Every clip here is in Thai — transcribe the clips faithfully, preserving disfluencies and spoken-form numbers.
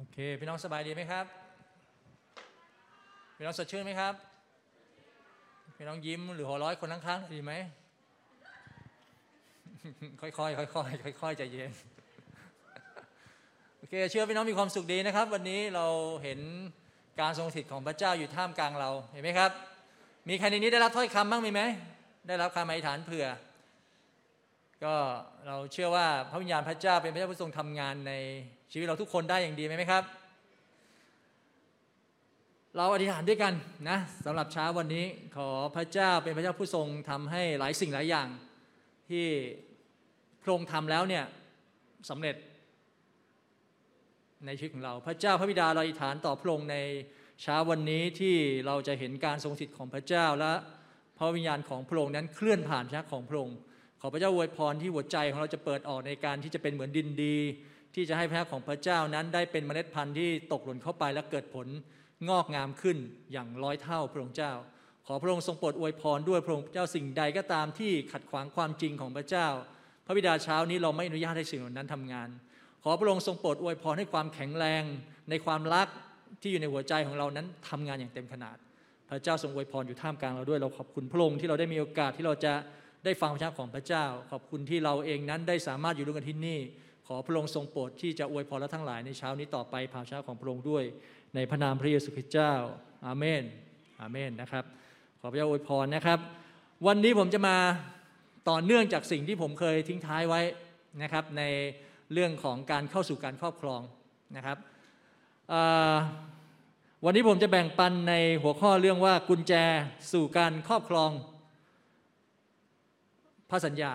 เคพี่น้องสบายดีไหมครับพี่น้องสดชื่นไหมครับพี่น้องยิ้มหรือหัวเราะคนข้างๆดีไหมค่อยๆค่อยๆค่อยๆใจเย็นโอเคเชื่อพี่น้องมีความสุขดีนะครับวันนี้เราเห็นการทรงสถิตของพระเจ้าอยู่ท่ามกลางเราเห็นไหมครับมีใครในนี้ได้รับถ้อยคำบ้างมีไหมได้รับคำอธิษฐานเผื่อก็เราเชื่อว่าพระวิญญาณพระเจ้าเป็นพระเจ้าผู้ทรงทำงานในชีวิตเราทุกคนได้อย่างดีไหมครับเราอธิษฐานด้วยกันนะสำหรับเช้าวันนี้ขอพระเจ้าเป็นพระเจ้าผู้ทรงทำให้หลายสิ่งหลายอย่างที่พระองค์ทำแล้วเนี่ยสำเร็จในชีวิตของเราพระเจ้าพระบิดาเราอธิษฐานต่อพระองค์ในเช้าวันนี้ที่เราจะเห็นการทรงสถิตของพระเจ้าและพระวิญญาณของพระองค์นั้นเคลื่อนผ่านชีวิตของพระองค์ขอพระเจ้าอวยพรที่หัวใจของเราจะเปิดออกในการที่จะเป็นเหมือนดินดีที่จะให้พระของพระเจ้านั้นได้เป็นเมล็ดพันธุ์ที่ตกหล่นเข้าไปและเกิดผลงอกงามขึ้นอย่างร้อยเท่าพระองค์เจ้าขอพระองค์ทรงโปรดอวยพรด้วยพระองค์เจ้าสิ่งใดก็ตามที่ขัดขวางความจริงของพระเจ้าพระบิดาเช้านี้เราไม่อนุญาตให้สิ่งเหล่านั้นทำงานขอพระองค์ทรงโปรดอวยพรให้ความแข็งแรงในความรักที่อยู่ในหัวใจของเรานั้นทำงานอย่างเต็มขนาดพระเจ้าทรงอวยพรอยู่ท่ามกลางเราด้วยเราขอบคุณพระองค์ที่เราได้มีโอกาสที่เราจะได้ฟังพระเจ้าของพระเจ้าขอบคุณที่เราเองนั้นได้สามารถอยู่ร่วมกันที่นี่ขอพระองค์ทรงโปรดที่จะอวยพรเราทั้งหลายในเช้านี้ต่อไปผ่านพระเจ้าของพระองค์ด้วยในพระนามพระเยซูคริสต์เจ้าอาเมนอาเมนนะครับขอพระเจ้าอวยพรนะครับวันนี้ผมจะมาต่อเนื่องจากสิ่งที่ผมเคยทิ้งท้ายไว้นะครับในเรื่องของการเข้าสู่การครอบครองนะครับวันนี้ผมจะแบ่งปันในหัวข้อเรื่องว่ากุญแจสู่การครอบครองพระสัญญา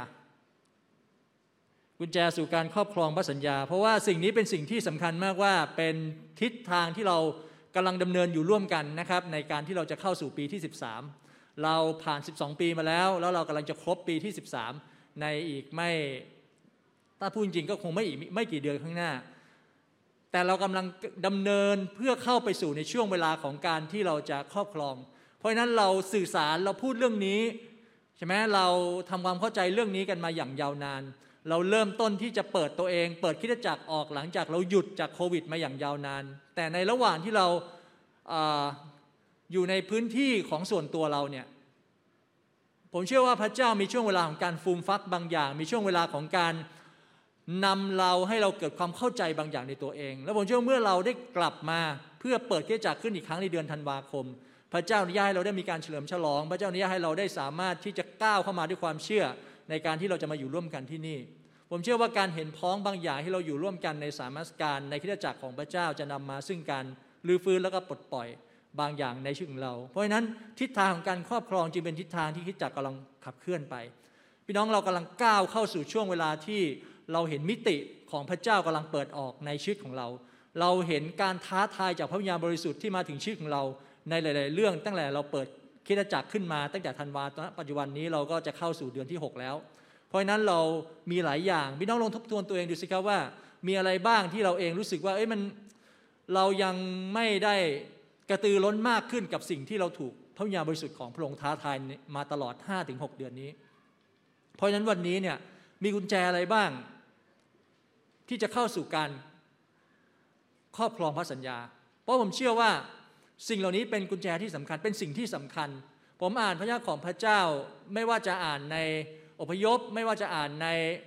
กุญแจสู่การครอบครองพระสัญญาเพราะว่าสิ่งนี้เป็นสิ่งที่สำคัญมากว่าเป็นทิศทางที่เรากำลังดำเนินอยู่ร่วมกันนะครับในการที่เราจะเข้าสู่ปีที่สิบสามเราผ่านสิบสองปีมาแล้วแล้วเรากำลังจะครบปีที่สิบสามในอีกไม่ถ้าพูดจริงก็คงไม่อีกไม่กี่เดือนข้างหน้าแต่เรากำลังดำเนินเพื่อเข้าไปสู่ในช่วงเวลาของการที่เราจะครอบครองเพราะฉะนั้นเราสื่อสารเราพูดเรื่องนี้ใช่ไหมเราทำความเข้าใจเรื่องนี้กันมาอย่างยาวนานเราเริ่มต้นที่จะเปิดตัวเองเปิดคริสตจักรออกหลังจากเราหยุดจากโควิดมาอย่างยาวนานแต่ในระหว่างที่เรา อ, อยู่ในพื้นที่ของส่วนตัวเราเนี่ยผมเชื่อว่าพระเจ้ามีช่วงเวลาของการฟูมฟักบางอย่างมีช่วงเวลาของการนำเราให้เราเกิดความเข้าใจบางอย่างในตัวเองแล้วผมเชื่อเมื่อเราได้กลับมาเพื่อเปิดคริสตจักรขึ้นอีกครั้งในเดือนธันวาคมพระเจ้าอนุญาตให้เราได้มีการเฉลิมฉลองพระเจ้าอนุญาตให้เราได้สามารถที่จะก้าวเข้ามาด้วยความเชื่อในการที่เราจะมาอยู่ร่วมกันที่นี่ผมเชื่อว่าการเห็นพ้องบางอย่างที่เราอยู่ร่วมกันในสามัสการในคริสตจักรของพระเจ้าจะนำมาซึ่งการรื้อฟื้นแล้วก็ปลดปล่อยบางอย่างในชีวิตของเราเพราะฉะนั้นทิศทางของการครอบครองจึงเป็นทิศทางที่คริสตจักรกำลังขับเคลื่อนไปพี่น้องเรากำลังก้าวเข้าสู่ช่วงเวลาที่เราเห็นมิติของพระเจ้ากำลังเปิดออกในชีวิตของเราเราเห็นการท้าทายจากพระวิญญาณบริสุทธิ์ที่มาถึงชีวิตของเราในหลายๆเรื่องตั้งแต่เราเปิดคริสตจักรขึ้นมาตั้งแต่ธันวาคมปัจจุบันนี้เราก็จะเข้าสู่เดือนที่หกแล้วเพราะฉะนั้นเรามีหลายอย่างพี่น้องลองทบทวนตัวเองดูสิครับว่ามีอะไรบ้างที่เราเองรู้สึกว่าเอ้ยมันเรายังไม่ได้กระตือร้นมากขึ้นกับสิ่งที่เราถูกพระวิญญาณบริสุทธิ์ของพระองค์ท้าทายมาตลอด ห้าถึงหก เดือนนี้เพราะฉะนั้นวันนี้เนี่ยมีกุญแจอะไรบ้างที่จะเข้าสู่การครอบครองพระสัญญาเพราะผมเชื่อว่าสิ่งเหล่านี้เป็นกุญแจที่สำคัญเป็นสิ่งที่สำคัญผมอ่านพระเจ้าของพระเจ้าไม่ว่าจะอ่านในอพยพไม่ว่าจะอ่านใน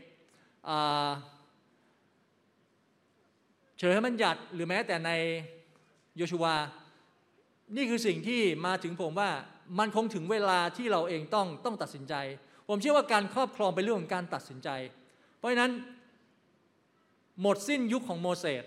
เฉลยบัญญัติหรือแม้แต่ในโยชูวานี่คือสิ่งที่มาถึงผมว่ามันคงถึงเวลาที่เราเองต้องต้องตัดสินใจผมเชื่อว่าการครอบครองเป็นเรื่องของการตัดสินใจเพราะฉะนั้นหมดสิ้นยุคของโมเสส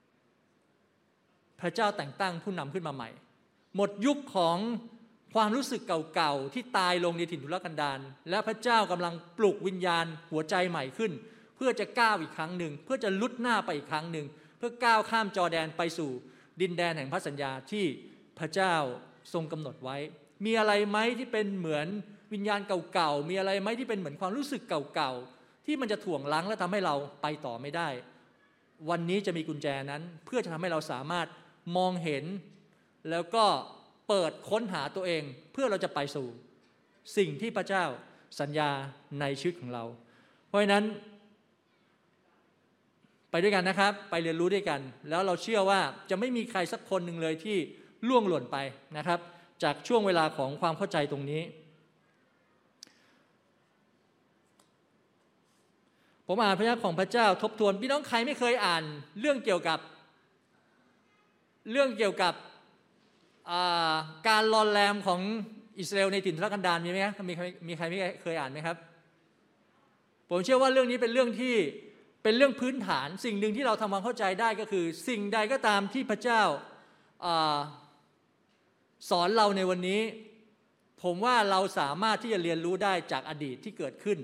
พระเจ้าแต่งตั้งผู้นำขึ้นมาใหม่หมดยุคของความรู้สึกเก่าๆที่ตายลงในถิ่นทุรกันดารและพระเจ้ากำลังปลุกวิญญาณหัวใจใหม่ขึ้นเพื่อจะก้าวอีกครั้งหนึ่งเพื่อจะลุดหน้าไปอีกครั้งหนึ่งเพื่อก้าวข้ามจอร์แดนไปสู่ดินแดนแห่งพระสัญญาที่พระเจ้าทรงกำหนดไว้มีอะไรไหมที่เป็นเหมือนวิญญาณเก่าๆมีอะไรไหมที่เป็นเหมือนความรู้สึกเก่าๆที่มันจะถ่วงลั้งและทำให้เราไปต่อไม่ได้วันนี้จะมีกุญแจนั้นเพื่อจะทำให้เราสามารถมองเห็นแล้วก็เปิดค้นหาตัวเองเพื่อเราจะไปสู่สิ่งที่พระเจ้าสัญญาในชีวิตของเราเพราะฉะนั้นไปด้วยกันนะครับไปเรียนรู้ด้วยกันแล้วเราเชื่อว่าจะไม่มีใครสักคนหนึ่งเลยที่ล่วงหล่นไปนะครับจากช่วงเวลาของความเข้าใจตรงนี้ผมอ่านพระวจนะของพระเจ้าทบทวนพี่น้องใครไม่เคยอ่านเรื่องเกี่ยวกับเรื่องเกี่ยวกับการลอนแรมของอิสราเอลในถิ่นทุรกันดารมีไหมครับมีใครมีใครไม่เคยอ่านไหมครับผมเชื่อว่าเรื่องนี้เป็นเรื่องที่เป็นเรื่องพื้นฐานสิ่งหนึ่งที่เราทำความเข้าใจได้ก็คือสิ่งใดก็ตามที่พระเจ้าสอนเราในวันนี้ผมว่าเราสามารถที่จะเรียนรู้ได้จากอดีตที่เกิดขึ้น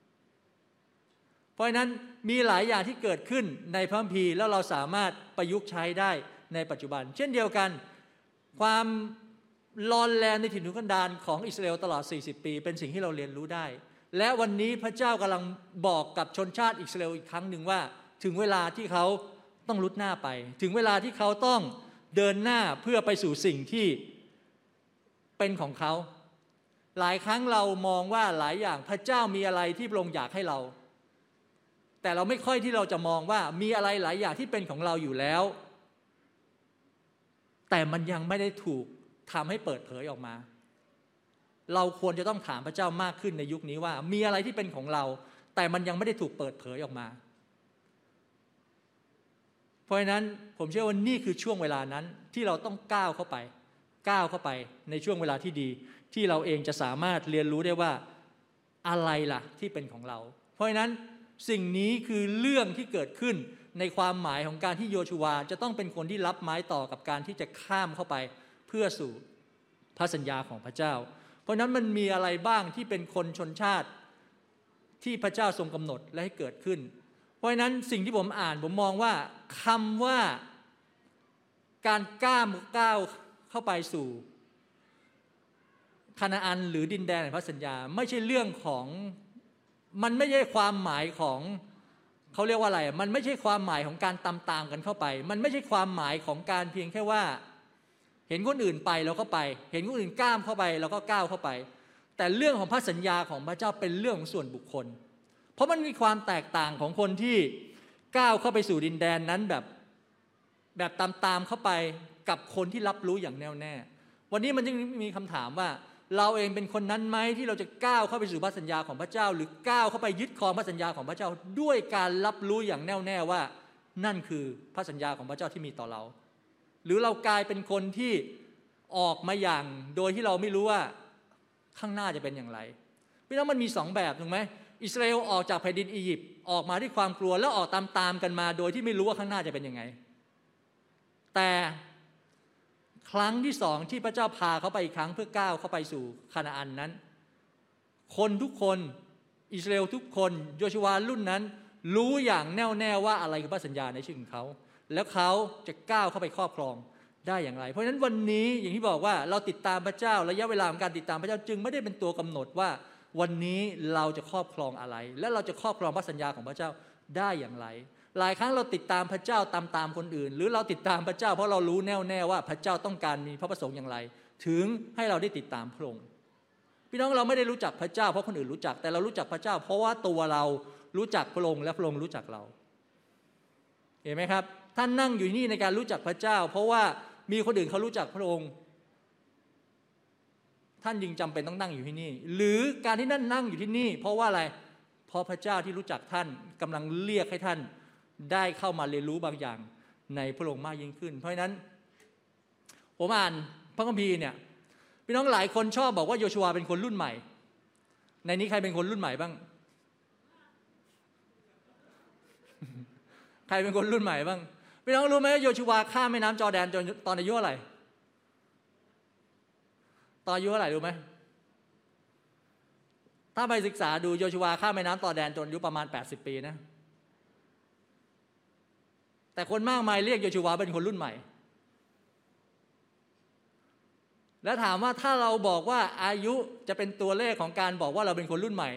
เพราะฉะนั้นมีหลายอย่างที่เกิดขึ้นในพระคัมภีร์แล้วเราสามารถประยุกต์ใช้ได้ในปัจจุบันเช่นเดียวกันความรอนแรงในถิ่นทุรกันดารของอิสราเอลตลอดสี่สิบปีเป็นสิ่งที่เราเรียนรู้ได้และวันนี้พระเจ้ากำลังบอกกับชนชาติอิสราเอลอีกครั้งหนึ่งว่าถึงเวลาที่เขาต้องลุกหน้าไปถึงเวลาที่เขาต้องเดินหน้าเพื่อไปสู่สิ่งที่เป็นของเขาหลายครั้งเรามองว่าหลายอย่างพระเจ้ามีอะไรที่พระองค์อยากให้เราแต่เราไม่ค่อยที่เราจะมองว่ามีอะไรหลายอย่างที่เป็นของเราอยู่แล้วแต่มันยังไม่ได้ถูกทำให้เปิดเผยออกมาเราควรจะต้องถามพระเจ้ามากขึ้นในยุคนี้ว่ามีอะไรที่เป็นของเราแต่มันยังไม่ได้ถูกเปิดเผยออกมาเพราะฉะนั้นผมเชื่อว่านี่คือช่วงเวลานั้นที่เราต้องก้าวเข้าไปก้าวเข้าไปในช่วงเวลาที่ดีที่เราเองจะสามารถเรียนรู้ได้ว่าอะไรล่ะที่เป็นของเราเพราะฉะนั้นสิ่งนี้คือเรื่องที่เกิดขึ้นในความหมายของการที่โยชูวาจะต้องเป็นคนที่รับไม้ต่อกับการที่จะข้ามเข้าไปเพื่อสู่พระสัญญาของพระเจ้าเพราะนั้นมันมีอะไรบ้างที่เป็นคนชนชาติที่พระเจ้าทรงกำหนดและให้เกิดขึ้นเพราะฉะนั้นสิ่งที่ผมอ่านผมมองว่าคำว่าการก้าวก้าวเข้าไปสู่คานาอันหรือดินแดนแห่งพระสัญญาไม่ใช่เรื่องของมันไม่ใช่ความหมายของเขาเรียกว่าอะไรมันไม่ใช่ความหมายของการตามตามกันเข้าไปมันไม่ใช่ความหมายของการเพียงแค่ว่าเห็นคนอื่นไปเราก็ไปเห็นคนอื่นก้าวเข้าไปเราก็ก้าวเข้าไปแต่เรื่องของพระสัญญาของพระเจ้าเป็นเรื่องของส่วนบุคคลเพราะมันมีความแตกต่างของคนที่ก้าวเข้าไปสู่ดินแดนนั้นแบบแบบตามๆเข้าไปกับคนที่รับรู้อย่างแน่วแน่วันนี้มันจึงมีคำถามว่าเราเองเป็นคนนั้นไหมที่เราจะก้าวเข้าไปสู่พระสัญญาของพระเจ้าหรือก้าวเข้าไปยึดครองพระสัญญาของพระเจ้าด้วยการรับรู้อย่างแน่วแน่ว่านั่นคือพระสัญญาของพระเจ้าที่มีต่อเราหรือเรากลายเป็นคนที่ออกมาอย่างโดยที่เราไม่รู้ว่าข้างหน้าจะเป็นอย่างไรพี่น้องมันมีสองแบบถูกไหมอิสราเอลออกจากแผ่นดินอียิปต์ออกมาด้วยความกลัวแล้วออกตามๆกันมาโดยที่ไม่รู้ว่าข้างหน้าจะเป็นยังไงแต่ครั้งที่สองที่พระเจ้าพาเขาไปอีกครั้งเพื่อก้าวเข้าไปสู่คานาอันนั้นคนทุกคนอิสราเอลทุกคนโยชูวารุ่นนั้นรู้อย่างแน่วแน่ว่าอะไรคือพระสัญญาในชีวิตของเขาแล้วเขาจะก้าวเข้าไปครอบครองได้อย่างไรเพราะฉะนั้นวันนี้อย่างที่บอกว่าเราติดตามพระเจ้าระยะเวลาของการติดตามพระเจ้าจึงไม่ได้เป็นตัวกำหนดว่าวันนี้เราจะครอบครองอะไรและเราจะครอบครองพระสัญญาของพระเจ้าได้อย่างไรหลายครั้งเราติดตามพระเจ้าตามตามคนอื่นหรือเราติดตามพระเจ้าเพราะเรารู้แน่วแน่ว่าพระเจ้าต้องการมีพระประสงค์อย่างไรถึงให้เราได้ติดตามพระองค์พี่น้องเราไม่ได้รู้จักพระเจ้าเพราะคนอื่นรู้จักแต่เรารู้จักพระเจ้าเพราะว่าตัวเรารู้จักพระองค์และพระองค์รู้จักเราเห็นไหมครับท่านนั่งอยู่นี่ในการรู้จักพระเจ้าเพราะว่ามีคนอื่นเขารู้จักพระองค์ท่านยิ่งจำเป็นต้องนั่งอยู่ที่นี่หรือการที่นั่นนั่งอยู่ที่นี่เพราะว่าอะไรเพราะพระเจ้าที่รู้จักท่านกำลังเรียกให้ท่านได้เข้ามาเรียนรู้บางอย่างในพระองค์มากยิ่งขึ้นเพราะฉะนั้นผมอ่านพระคัมภีร์เนี่ยพี่น้องหลายคนชอบบอกว่าโยชูวาเป็นคนรุ่นใหม่ในนี้ใครเป็นคนรุ่นใหม่บ้างใครเป็นคนรุ่นใหม่บ้างพี่น้องรู้ไหมโยชูวาข้ามแม่น้ำจอร์แดนตอนอายุเท่าไหร่ตอนอายุเท่าไหร่รู้ไหมถ้าไปศึกษาดูโยชูวาข้ามแม่น้ำจอร์แดนจนอายุประมาณแปดสิบปีนะแต่คนมากมายเรียกโยชูวาเป็นคนรุ่นใหม่แล้วถามว่าถ้าเราบอกว่าอายุจะเป็นตัวเลขของการบอกว่าเราเป็นคนรุ่นใหม่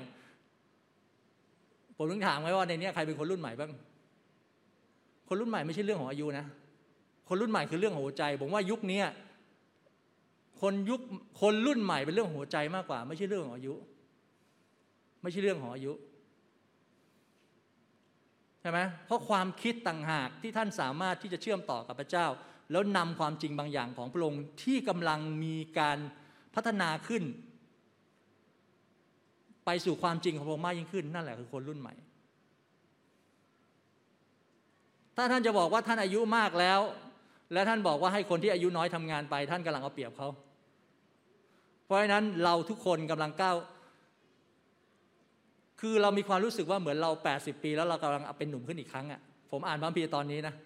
ผมต้องถามไว้ว่าในนี้ใครเป็นคนรุ่นใหม่บ้างคนรุ่นใหม่ไม่ใช่เรื่องของอายุนะคนรุ่นใหม่คือเรื่องของหัวใจผมว่ายุคนี้คนยุคคนรุ่นใหม่เป็นเรื่องของหัวใจมากกว่าไม่ใช่เรื่องของอายุไม่ใช่เรื่องของอายุใช่ไหมเพราะความคิดต่างหากที่ท่านสามารถที่จะเชื่อมต่อกับพระเจ้าแล้วนำความจริงบางอย่างของพระองค์ที่กำลังมีการพัฒนาขึ้นไปสู่ความจริงของพระองค์มากยิ่งขึ้นนั่นแหละคือคนรุ่นใหม่ถ้าท่านจะบอกว่าท่านอายุมากแล้วและท่านบอกว่าให้คนที่อายุน้อยทำงานไปท่านกำลังเอาเปรียบเขาเพราะฉะนั้นเราทุกคนกำลังก้าวคือเรามีความรู้สึกว่าเหมือนเราแปดสิบปีแล้วเรากำลังเป็นหนุ่มขึ้นอีกครั้งอ่ะผมอ่านพระคัมภีร์ตอนนี้นะ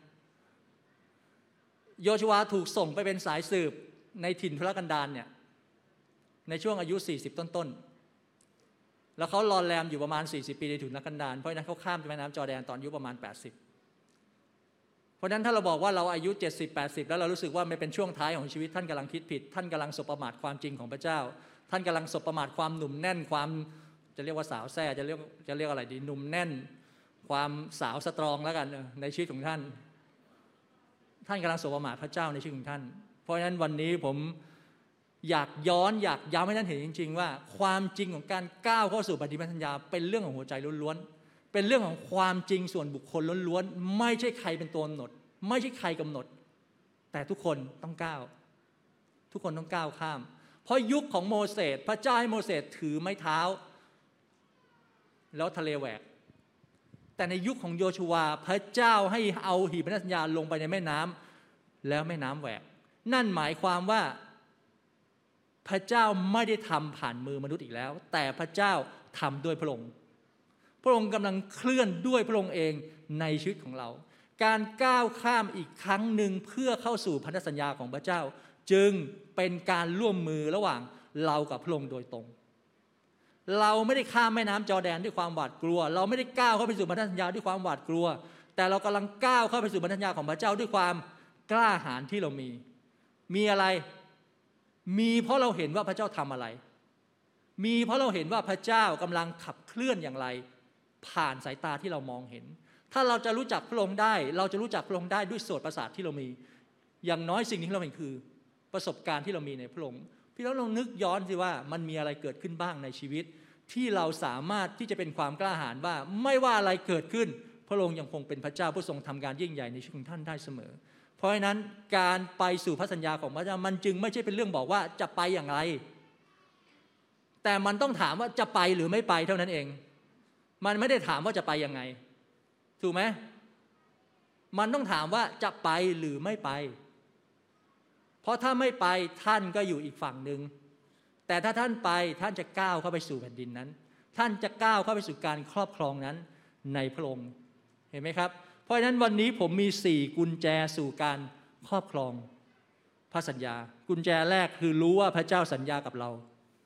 โยชูวาถูกส่งไปเป็นสายสืบในถิ่นทุรกันดารเนี่ยในช่วงอายุสี่สิบต้นๆแล้วเขารอนแรมอยู่ประมาณสี่สิบปีในถิ่นทุรกันดารเพราะฉะนั้นเขาข้ามแม่น้ำจอร์แดนตอนอายุประมาณแปดสิบเพราะฉะนั้นถ้าเราบอกว่าเราอายุเจ็ดสิบ แปดสิบแล้วเรารู้สึกว่ามันเป็นช่วงท้ายของชีวิตท่านกำลังคิดผิดท่านกำลังสบประมาทความจริงของพระเจ้าท่านกำลังสบประมาทความหนุ่มแน่นความจะเรียกว่าสาวแซ่จะเรียกจะเรียกอะไรดีหนุ่มแน่นความสาวสตรองแล้วกันในชีวิตของท่านท่านกำลังสบประมาทพระเจ้าในชีวิตของท่านเพราะฉะนั้นวันนี้ผมอยากย้อนอยากย้ำให้ท่านเห็นจริงๆว่าความจริงของการก้าวเข้าสู่ปฏิบัติสัญญาเป็นเรื่องของหัวใจล้วนๆเป็นเรื่องของความจริงส่วนบุคคลล้วนๆไม่ใช่ใครเป็นตัวกำหนดไม่ใช่ใครกำหนดแต่ทุกคนต้องก้าวทุกคนต้องก้าวข้ามเพราะยุคของโมเสสพระเจ้าให้โมเสสถือไม้เท้าแล้วทะเลแหวกแต่ในยุคของโยชูวาพระเจ้าให้เอาหีบพันธสัญญาลงไปในแม่น้ำแล้วแม่น้ำแหวกนั่นหมายความว่าพระเจ้าไม่ได้ทำผ่านมือมนุษย์อีกแล้วแต่พระเจ้าทำด้วยพระองค์พระองค์กำลังเคลื่อนด้วยพระองค์เองในชีวิตของเราการก้าวข้ามอีกครั้งหนึ่งเพื่อเข้าสู่พันธสัญญาของพระเจ้าจึงเป็นการร่วมมือระหว่างเรากับพระองค์โดยตรงเราไม่ได้ข้ามแม่น้ำจอร์แดนด้วยความหวาดกลัวเราไม่ได้ก้าวเข้าไปสู่พันธสัญญาด้วยความหวาดกลัวแต่เรากำลังก้าวเข้าไปสู่พันธสัญญาของพระเจ้าด้วยความกล้าหาญที่เรามีมีอะไรมีเพราะเราเห็นว่าพระเจ้าทำอะไรมีเพราะเราเห็นว่าพระเจ้ากำลังขับเคลื่อนอย่างไรผ่านสายตาที่เรามองเห็นถ้าเราจะรู้จักพระองค์ได้เราจะรู้จักพระองค์ได้ด้วยโสตประสาทที่เรามีอย่างน้อยสิ่งที่เราเห็นคือประสบการณ์ที่เรามีในพระองค์พี่น้องลองนึกย้อนสิว่ามันมีอะไรเกิดขึ้นบ้างในชีวิตที่เราสามารถที่จะเป็นความกล้าหาญว่าไม่ว่าอะไรเกิดขึ้นพระองค์ยังคงเป็นพระเจ้าผู้ทรงทำการยิ่งใหญ่ในชีวิตของท่านได้เสมอเพราะฉะนั้นการไปสู่พระสัญญาของพระเจ้ามันจึงไม่ใช่เป็นเรื่องบอกว่าจะไปอย่างไรแต่มันต้องถามว่าจะไปหรือไม่ไปเท่านั้นเองมันไม่ได้ถามว่าจะไปยังไงถูกไหมมันต้องถามว่าจะไปหรือไม่ไปเพราะถ้าไม่ไปท่านก็อยู่อีกฝั่งหนึ่งแต่ถ้าท่านไปท่านจะก้าวเข้าไปสู่แผ่นดินนั้นท่านจะก้าวเข้าไปสู่การครอบครองนั้นในพระองค์เห็นไหมครับเพราะฉะนั้นวันนี้ผมมีสี่กุญแจสู่การครอบครองพระสัญญากุญแจแรกคือรู้ว่าพระเจ้าสัญญากับเรา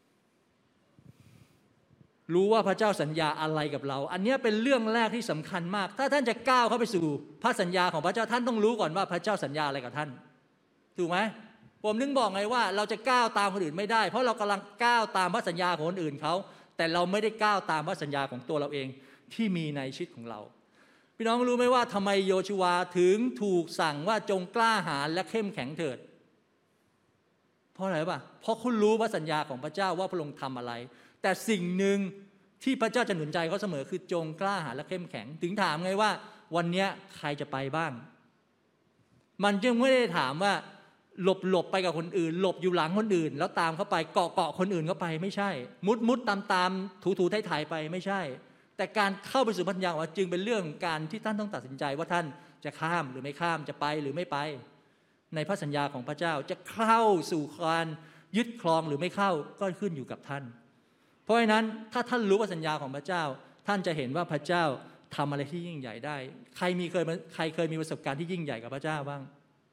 รู้ว่าพระเจ้าสัญญาอะไรกับเราอันนี้เป็นเรื่องแรกที่สำคัญมากถ้าท่านจะก้าวเข้าไปสู่พระสัญญาของพระเจ้าท่านต้องรู้ก่อนว่าพระเจ้าสัญญาอะไรกับท่านถูกไหมผมนึกบอกไงว่าเราจะก้าวตามคนอื่นไม่ได้เพราะเรากำลังก้าวตามพระสัญญาของคนอื่นเขาแต่เราไม่ได้ก้าวตามพระสัญญาของตัวเราเองที่มีในชีวิตของเราพี่น้องรู้ไหมว่าทำไมโยชูวาถึงถูกสั่งว่าจงกล้าหาญและเข้มแข็งเถิดเพราะอะไรป่ะเพราะคุณรู้พระสัญญาของพระเจ้าว่าพระองค์ทำอะไรแต่สิ่งหนึ่งที่พระเจ้าจะหนุนใจเขาเสมอคือจงกล้าหาญและเข้มแข็งถึงถามไงว่าวันนี้ใครจะไปบ้างมันจึงไม่ได้ถามว่าหลบหลบไปกับคนอื่นหลบอยู่หลังคนอื่นแล้วตามเข้าไปเกาะเกาะคนอื่นเข้าไปไม่ใช่มุดมุดตามตามถูถูไถ่ไถ่ไปไม่ใช่แต่การเข้าไปสู่พันธสัญญาว่าจึงเป็นเรื่องการที่ท่านต้องตัดสินใจว่าท่านจะข้ามหรือไม่ข้ามจะไปหรือไม่ไปในพระสัญญาของพระเจ้าจะเข้าสู่การยึดครองหรือไม่เข้าก็ขึ้นอยู่กับท่านเพราะฉะนั้นถ้าท่านรู้พระสัญญาของพระเจ้าท่านจะเห็นว่าพระเจ้าทำอะไรที่ยิ่งใหญ่ได้ใครมีเคยใครเคยมีประสบการณ์ที่ยิ่งใหญ่กับพระเจ้าบ้าง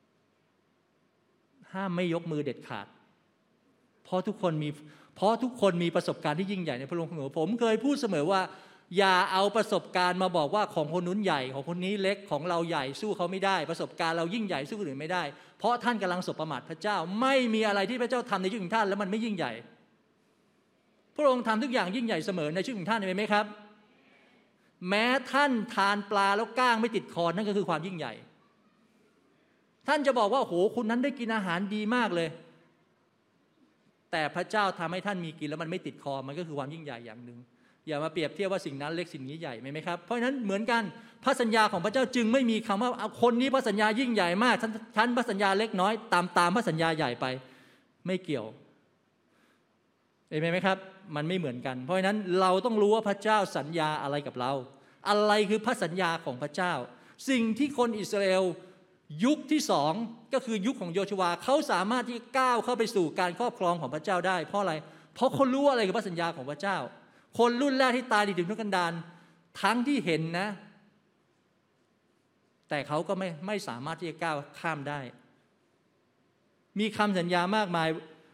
ห้ามไม่ยกมือเด็ดขาดเพราะทุกคนมีเพราะทุกคนมีประสบการณ์ที่ยิ่งใหญ่ในพระองค์ของเราผมเคยพูดเสมอว่าอย่าเอาประสบการณ์มาบอกว่าของคนนู้นใหญ่ของคนนี้เล็กของเราใหญ่สู้เขาไม่ได้ประสบการณ์เรายิ่งใหญ่สู้คนอื่นไม่ได้เพราะท่านกำลังสบประมาทพระเจ้าไม่มีอะไรที่พระเจ้าทำในชีวิตของท่านแล้วมันไม่ยิ่งใหญ่พระองค์ทำทุกอย่างยิ่งใหญ่เสมอในชีวิตของท่านเห็นไหมครับแม้ท่านทานปลาแล้วก้างไม่ติดคอนั่นก็คือความยิ่งใหญ่ท่านจะบอกว่าโหคุณนั้นได้กินอาหารดีมากเลยแต่พระเจ้าทำให้ท่านมีกินแล้วมันไม่ติดคอมันก็คือความยิ่งใหญ่อย่างหนึ่งอย่ามาเปรียบเทียบว่าสิ่งนั้นเล็กสิ่งนี้ใหญ่ไหมครับเพราะฉะนั้นเหมือนกันพระสัญญาของพระเจ้าจึงไม่มีคำว่าคนนี้พระสัญญายิ่งใหญ่มากฉันพระสัญญาเล็กน้อยตามตามพระสัญญาใหญ่ไปไม่เกี่ยวเห็นไหมครับมันไม่เหมือนกันเพราะฉะนั้นเราต้องรู้ว่าพระเจ้าสัญญาอะไรกับเราอะไรคือพระสัญญาของพระเจ้าสิ่งที่คนอิสราเอลยุคที่สองก็คือยุคของโยชูวาเขาสามารถที่ก้าวเข้าไปสู่การครอบครองของพระเจ้าได้เพราะอะไรเพราะคนรู้อะไรคือพระสัญญาของพระเจ้าคนรุ่นแรกที่ตายถึงทุกกันดารทั้งที่เห็นนะแต่เขาก็ไม่ไม่สามารถที่จะก้าวข้ามได้มีคำสัญญามากมาย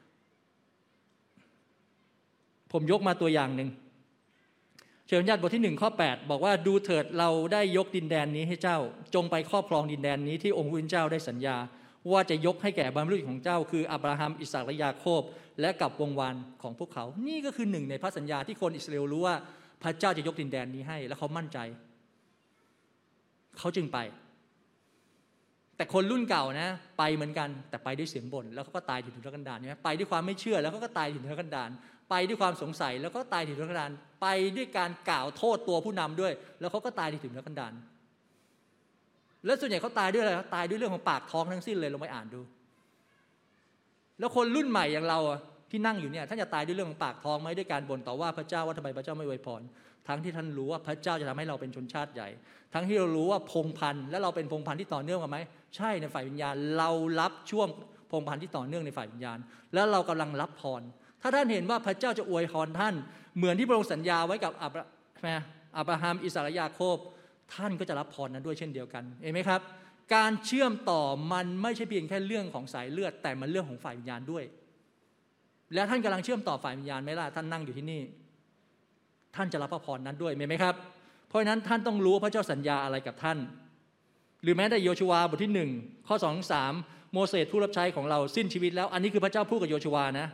ผมยกมาตัวอย่างหนึ่งเชิญญาติบทที่หนึ่งข้อแปดบอกว่าดูเถิดเราได้ยกดินแดนนี้ให้เจ้าจงไปครอบครองดินแดนนี้ที่องค์พระผู้เป็นเจ้าได้สัญญาว่าจะยกให้แก่บรรพบุรุษของเจ้าคืออับราฮัมอิสาคและยาโคบและกับวงวานของพวกเขานี่ก็คือหนึ่งในพระสัญญาที่คนอิสราเอลรู้ว่าพระเจ้าจะยกดินแดนนี้ให้และเขามั่นใจเขาจึงไปแต่คนรุ่นเก่านะไปเหมือนกันแต่ไปด้วยเสียงบ่นแล้วเขาก็ตายถึงทุรกันดารใช่ไหมไปด้วยความไม่เชื่อแล้วเขาก็ตายถึงทุรกันดารไปด้วยความสงสัยแล้วก็ตายถึงทุรกันดารไปด้วยการกล่าวโทษตัวผู้นำด้วยแล้วเขาก็ตายถึงทุรกันดารแล้วส่วนใหญ่เขาตายด้วยอะไรตายด้วยเรื่องของปากท้องทั้งสิ้นเลยลองไปอ่านดูแล้วคนรุ่นใหม่อย่างเราที่นั่งอยู่เนี่ยท่านจะตายด้วยเรื่องของปากท้องไหมด้วยการบ่นต่อว่าพระเจ้าว่าทำไมพระเจ้าไม่อวยพรทั้งที่ท่านรู้ว่าพระเจ้าจะทำให้เราเป็นชนชาติใหญ่ทั้งที่เรารู้ว่าพงพันธุ์และเราเป็นพงพันธุ์ที่ต่อเนื่องกันไหมใช่ในฝ่ายวิญญาณเรารับช่วงพงพันธุ์ที่ต่อเนื่องในฝ่ายวิญญาณแล้วเรากำลังรับพรถ้าท่านเห็นว่าพระเจ้าจะอวยพรท่านเหมือนที่พระองค์สัญญาไว้กับอับอับราฮัมอิสาคและยาโคบท่านก็จะรับพรนั้นด้วยเช่นเดียวกันเห็นไหมครับการเชื่อมต่อมันไม่ใช่เพียงแค่เรื่องของสายเลือดแต่มันเรื่องของฝ่ายวิญญาณด้วยแล้วท่านกำลังเชื่อมต่อฝ่ายวิญญาณไหมล่ะท่านนั่งอยู่ที่นี่ท่านจะรับพระพรนั้นด้วยไหมครับเพราะฉะนั้นท่านต้องรู้พระเจ้าสัญญาอะไรกับท่านหรือแม้แต่โยชูวาบทที่หนึ่งข้อสองถึงสามโมเสสผู้รับใช้ของเราสิ้นชีวิตแล้วอันนี้คือพระเจ้าพูดกับโยชูวานะ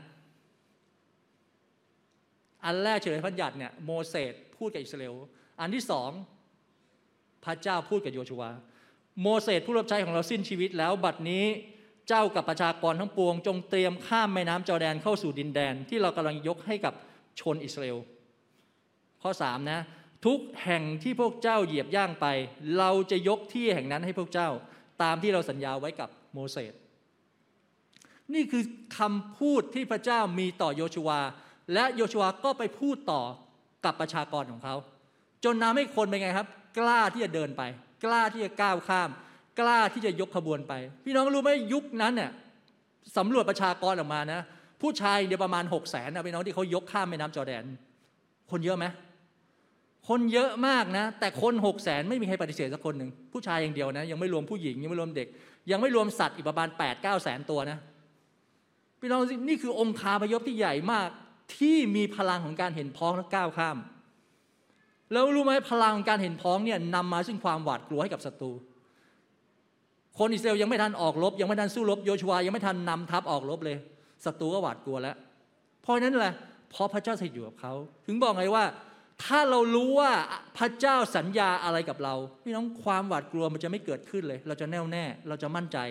อันแรกเฉลยพระบัญญัติเนี่ยโมเสสพูดกับอิสราเอลอันที่สองพระเจ้าพูดกับโยชูวาโมเสสผู้รับใช้ของเราสิ้นชีวิตแล้วบัดนี้เจ้ากับประชากรทั้งปวงจงเตรียมข้ามแม่น้ำจอร์แดนเข้าสู่ดินแดนที่เรากำลังยกให้กับชนอิสราเอลข้อสามนะทุกแห่งที่พวกเจ้าเหยียบย่างไปเราจะยกที่แห่งนั้นให้พวกเจ้าตามที่เราสัญญาไว้กับโมเสสนี่คือคำพูดที่พระเจ้ามีต่อโยชูวาและโยชูวาก็ไปพูดต่อกับประชากรของเขาจนทำให้คนเป็นไงครับกล้าที่จะเดินไปกล้าที่จะก้าวข้ามกล้าที่จะยกขบวนไปพี่น้องรู้ไหมยุคนั้นเนี่ยสำรวจประชากรออกมานะผู้ชายเดียวประมาณหกแสนนะพี่น้องที่เขายกข้ามแม่น้ำจอร์แดนคนเยอะไหมคนเยอะมากนะแต่คนหกแสนไม่มีใครปฏิเสธสักคนหนึ่งผู้ชายอย่างเดียวนะยังไม่รวมผู้หญิงยังไม่รวมเด็กยังไม่รวมสัตว์อีกประมาณแปดเก้าแสนตัวนะพี่น้องนี่คือองคาพยพที่ใหญ่มากที่มีพลังของการเห็นพ้องและก้าวข้ามแล้วรู้ไหมพลังของการเห็นพ้องเนี่ยนำมาซึ่งความหวาดกลัวให้กับศัตรูคนอิสราเอลยังไม่ทันออกรบยังไม่ทันสู้รบโยชูวายังไม่ทันนำทัพออกรบเลยศัตรูก็หวาดกลัวแล้วเพราะนั้นแหละเพราะพระเจ้าสถิตอยู่กับเขาถึงบอกไงว่าถ้าเรารู้ว่าพระเจ้าสัญญาอะไรกับเราพี่น้องความหวาดกลัวมันจะไม่เกิดขึ้นเลยเราจะแน่วแน่เราจะมั่นใจ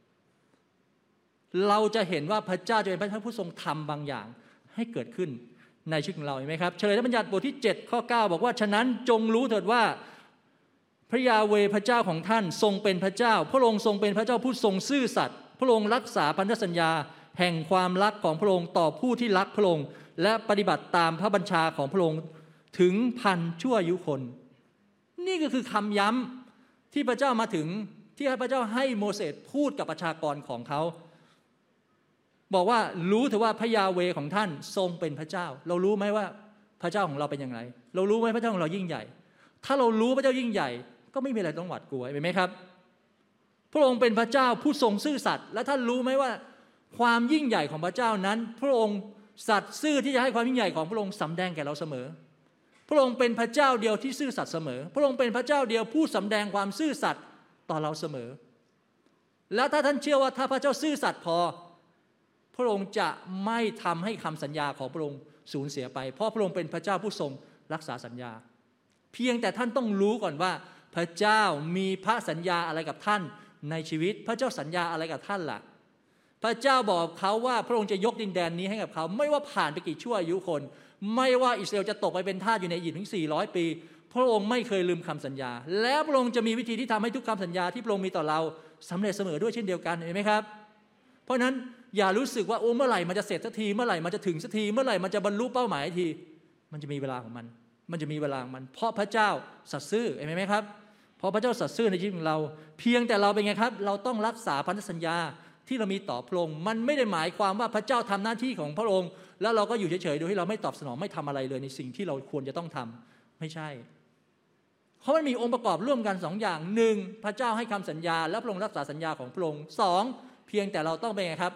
เราจะเห็นว่าพระเจ้าจะเป็นพระเจ้าผู้ทรงทำบางอย่างให้เกิดขึ้นในชีวิตของเราเห็นไหมครับเฉลยพระบัญญัติบทที่เจ็ดข้อเก้าบอกว่าฉะนั้นจงรู้เถิดว่าพระยาเวห์พระเจ้าของท่านทรงเป็นพระเจ้าพระองค์ทรงเป็นพระเจ้าผู้ทรงซื่อสัตย์พระองค์รักษาพันธสัญญาแห่งความรักของพระองค์ต่อผู้ที่รักพระองค์และปฏิบัติตามพระบัญชาของพระองค์ถึงพันชั่วอายุคนนี่ก็คือคำย้ำที่พระเจ้ามาถึงที่พระเจ้าให้โมเสสพูดกับประชากรของเขาบอกว่ารู้เถอะว่าพระยาเวห์ของท่านทรงเป็นพระเจ้าเรารู้ไหมว่าพระเจ้าของเราเป็นอย่างไรเรารู้ไหมพระเจ้าของเรายิ่งใหญ่ถ้าเรารู้พระเจ้ายิ่งใหญ่ก็ไม่มีอะไรต้องหวาดกลัวเห็นไหมครับพระองค์เป็นพระเจ้าผู้ทรงซื่อสัตย์และท่านรู้ไหมว่าความยิ่งใหญ่ของพระเจ้านั้นพระองค์สัตย์ซื่อที่จะให้ความยิ่งใหญ่ของพระองค์สำแดงแก่เราเสมอพระองค์เป็นพระเจ้าเดียวที่ซื่อสัตย์เสมอพระองค์เป็นพระเจ้าเดียวผู้สำแดงความซื่อสัตย์ต่อเราเสมอและถ้าท่านเชื่อว่าถ้าพระเจ้าซื่อสัตย์พอพระองค์จะไม่ทำให้คำสัญญาของพระองค์สูญเสียไปเพราะพระองค์เป็นพระเจ้าผู้ทรงรักษาสัญญาเพียงแต่ท่านต้องรู้ก่อนว่าพระเจ้ามีพระสัญญาอะไรกับท่านในชีวิตพระเจ้าสัญญาอะไรกับท่านล่ะพระเจ้าบอกเขาว่าพระองค์จะยกดินแดนนี้ให้กับเขาไม่ว่าผ่านไปกี่ชั่วอายุคนไม่ว่าอิสราเอลจะตกไปเป็นทาสอยู่ในอียิปต์ถึงสี่ร้อยปีพระองค์ไม่เคยลืมคำสัญญาแล้วพระองค์จะมีวิธีที่ทำให้ทุกคำสัญญาที่พระองค์มีต่อเราสำเร็จเสมอด้วยเช่นเดียวกันเห็นไหมครับเพราะนั้นอย่ารู้สึกว่าโอ้เมื่อไหร่มันจะเสร็จสักทีเมื่อไหร่มันจะถึงสักทีเมื่อไหร่มันจะบรรลุเป้าหมายทีมันจะมีเวลาของมันมันจะมีเวลาของมันเพราะพระเจ้าสัตย์ซื่อเห็นไหมครับเพราะพระเจ้าสัตย์ซื่อในชีวิตของเราเพียงแต่เราเป็นไงครับเราต้องรักษาพันธสัญญาที่เรามีต่อพระองค์มันไม่ได้หมายความว่าพระเจ้าทำหน้าที่ของพระองค์แล้วเราก็อยู่เฉยๆโดยที่เราไม่ตอบสนองไม่ทำอะไรเลยในสิ่งที่เราควรจะต้องทำไม่ใช่เพราะมันมีองค์ประกอบร่วมกันสองอย่างหนึ่งพระเจ้าให้คำสัญญาและพระองค์รักษาสัญญาของพระองค์สองเพียงแต่เราต้องเป็นไงครับ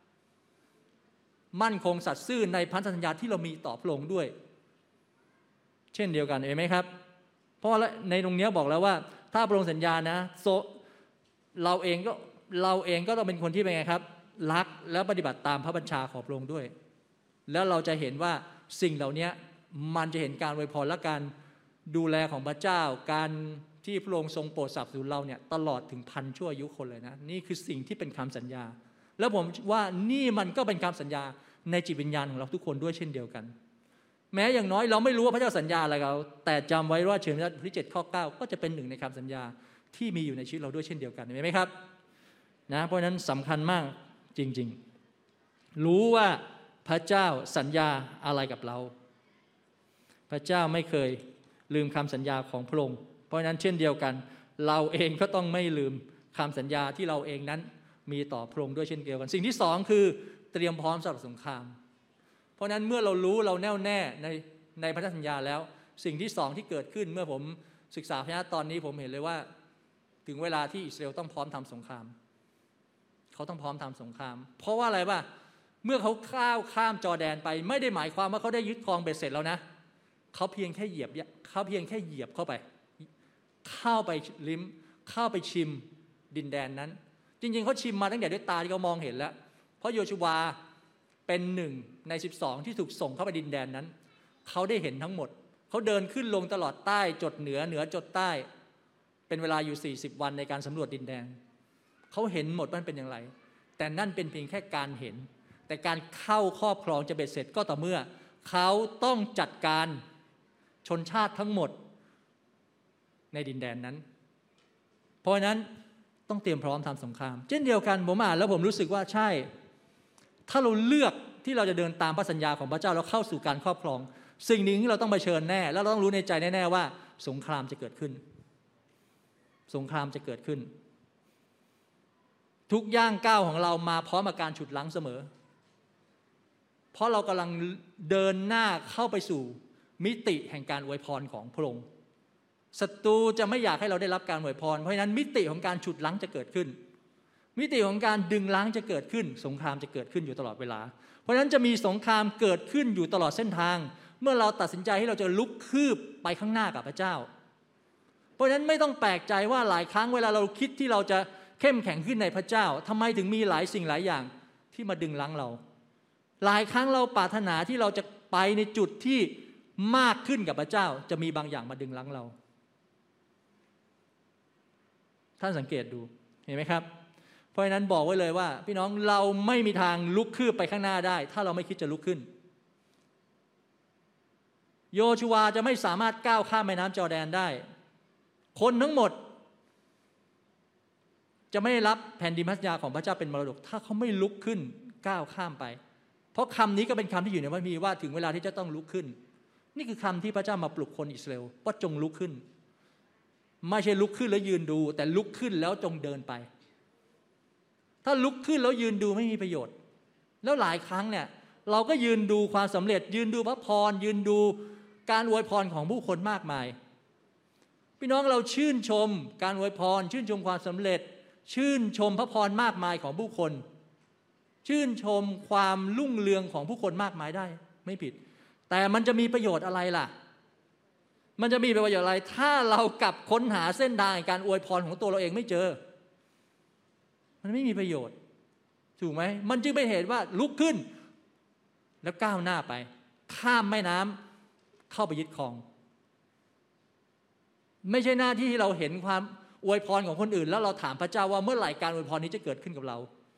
มั่นคงสัตย์ซื่อในพันธสัญญาที่เรามีต่อพระองค์ด้วยเช่นเดียวกันเห็นไหมครับเพราะในตรงนี้บอกแล้วว่าถ้าพระองค์สัญญานะโซเราเองก็เราเองก็ต้องเป็นคนที่เป็นไงครับรักและปฏิบัติตามพระบัญชาของพระองค์ด้วยแล้วเราจะเห็นว่าสิ่งเหล่านี้มันจะเห็นการอวยพรและการดูแลของพระเจ้าการที่พระองค์ทรงโปรดสนับสนุนเราเนี่ยตลอดถึงพันชั่วอายุคนเลยนะนี่คือสิ่งที่เป็นคำสัญญาแล้วผมว่านี่มันก็เป็นคำสัญญาในจิตวิญญาณของเราทุกคนด้วยเช่นเดียวกันแม้อย่างน้อยเราไม่รู้ว่าพระเจ้าสัญญาอะไรเราแต่จำไว้ว่าเฉลยบทที่เจ็ดข้อเก้าก็จะเป็นหนึ่งในคำสัญญาที่มีอยู่ในชีวิตเราด้วยเช่นเดียวกันเห็นไหมครับนะเพราะฉะนั้นสำคัญมากจริงๆรู้ว่าพระเจ้าสัญญาอะไรกับเราพระเจ้าไม่เคยลืมคำสัญญาของพระองค์เพราะฉะนั้นเช่นเดียวกันเราเองก็ต้องไม่ลืมคำสัญญาที่เราเองนั้นมีต่อพระองค์ด้วยเช่นเดียวกันสิ่งที่สองคือเตรียมพร้อมสำหรับสงครามเพราะนั้นเมื่อเรารู้เราแน่วแน่ในในพันธสัญญาแล้วสิ่งที่สองที่เกิดขึ้นเมื่อผมศึกษาพระคัมภีร์ตอนนี้ผมเห็นเลยว่าถึงเวลาที่อิสราเอลต้องพร้อมทำสงครามเขาต้องพร้อมทำสงครามเพราะว่าอะไรป่ะเมื่อเขาข้าวข้ามจอร์แดนไปไม่ได้หมายความว่าเขาได้ยึดครองเบ็ดเสร็จแล้วนะเขาเพียงแค่เหยียบเขาเพียงแค่เหยียบเข้าไปเข้าไปลิ้มเข้าไปชิมดินแดนนั้นจริงๆเขาชิมมาตั้งแต่ด้วยตาที่เขามองเห็นแล้วเพราะโยชูวาเป็นหนึ่งในสิบสองที่ถูกส่งเข้าไปดินแดนนั้นเขาได้เห็นทั้งหมดเขาเดินขึ้นลงตลอดใต้จดเหนือเหนือจดใต้เป็นเวลาอยู่สี่สิบวันในการสำรวจดินแดนเขาเห็นหมดมันเป็นอย่างไรแต่นั่นเป็นเพียงแค่การเห็นแต่การเข้าครอบครองจะเบ็ดเสร็จก็ต่อเมื่อเขาต้องจัดการชนชาติทั้งหมดในดินแดนนั้นเพราะฉะนั้นต้องเตรียมพร้อมทำสงครามเช่นเดียวกันผมอ่านแล้วผมรู้สึกว่าใช่ถ้าเราเลือกที่เราจะเดินตามพระสัญญาของพระเจ้าแล้วเข้าสู่การครอบครองสิ่งหนึ่งที่เราต้องเผชิญแน่แล้วเราต้องรู้ในใจแน่ๆว่าสงครามจะเกิดขึ้นสงครามจะเกิดขึ้นทุกย่างก้าวของเรามาพร้อมกับการฉุดรั้งเสมอเพราะเรากำลังเดินหน้าเข้าไปสู่มิติแห่งการอวยพรของพระองค์ศัตรูจะไม่อยากให้เราได้รับการอวยพรเพราะฉะนั้นมิติของการฉุดรั้งจะเกิดขึ้นมิติของการดึงรั้งจะเกิดขึ้นสงครามจะเกิดขึ้นอยู่ตลอดเวลาเพราะฉะนั้นจะมีสงครามเกิดขึ้นอยู่ตลอดเส้นทางเมื่อเราตัดสินใจให้เราจะลุกคืบไปข้างหน้ากับพระเจ้าเพราะฉะนั้นไม่ต้องแปลกใจว่าหลายครั้งเวลาเราคิดที่เราจะเข้มแข็งขึ้นในพระเจ้าทำไมถึงมีหลายสิ่งหลายอย่างที่มาดึงรั้งเราหลายครั้งเราปรารถนาที่เราจะไปในจุดที่มากขึ้นกับพระเจ้าจะมีบางอย่างมาดึงรั้งเราท่านสังเกตดูเห็นไหมครับเพราะฉะนั้นบอกไว้เลยว่าพี่น้องเราไม่มีทางลุกคืบไปข้างหน้าได้ถ้าเราไม่คิดจะลุกขึ้นโยชูวาจะไม่สามารถก้าวข้ามแม่น้ำจอร์แดนได้คนทั้งหมดจะไม่ได้รับแผ่นดินพันธสัญญาของพระเจ้าเป็นมรดกถ้าเขาไม่ลุกขึ้นก้าวข้ามไปเพราะคำนี้ก็เป็นคำที่อยู่ในพระคัมภีร์ว่าถึงเวลาที่จะต้องลุกขึ้นนี่คือคำที่พระเจ้ามาปลุกคนอิสราเอลว่าจงลุกขึ้นไม่ใช่ลุกขึ้นแล้วยืนดูแต่ลุกขึ้นแล้วจงเดินไปถ้าลุกขึ้นแล้วยืนดูไม่มีประโยชน์แล้วหลายครั้งเนี่ยเราก็ยืนดูความสำเร็จยืนดูพระพรยืนดูการอวยพรของผู้คนมากมายพี่น้องเราชื่นชมการอวยพรชื่นชมความสำเร็จชื่นชมพระพรมากมายของผู้คนชื่นชมความรุ่งเรืองของผู้คนมากมายได้ไม่ผิดแต่มันจะมีประโยชน์อะไรล่ะมันจะมีประโยชน์อะไรถ้าเรากลับค้นหาเส้นทางการอวยพรของตัวเราเองไม่เจอมันไม่มีประโยชน์ถูกไหมมันจึงเป็นเหตุว่าลุกขึ้นแล้วก้าวหน้าไปข้ามแม่น้ำเข้าไปยึดครองไม่ใช่หน้าที่ที่เราเห็นความอวยพรของคนอื่นแล้วเราถามพระเจ้าว่าเมื่อไหร่การอวยพรนี้จะเกิดขึ้นกับเรา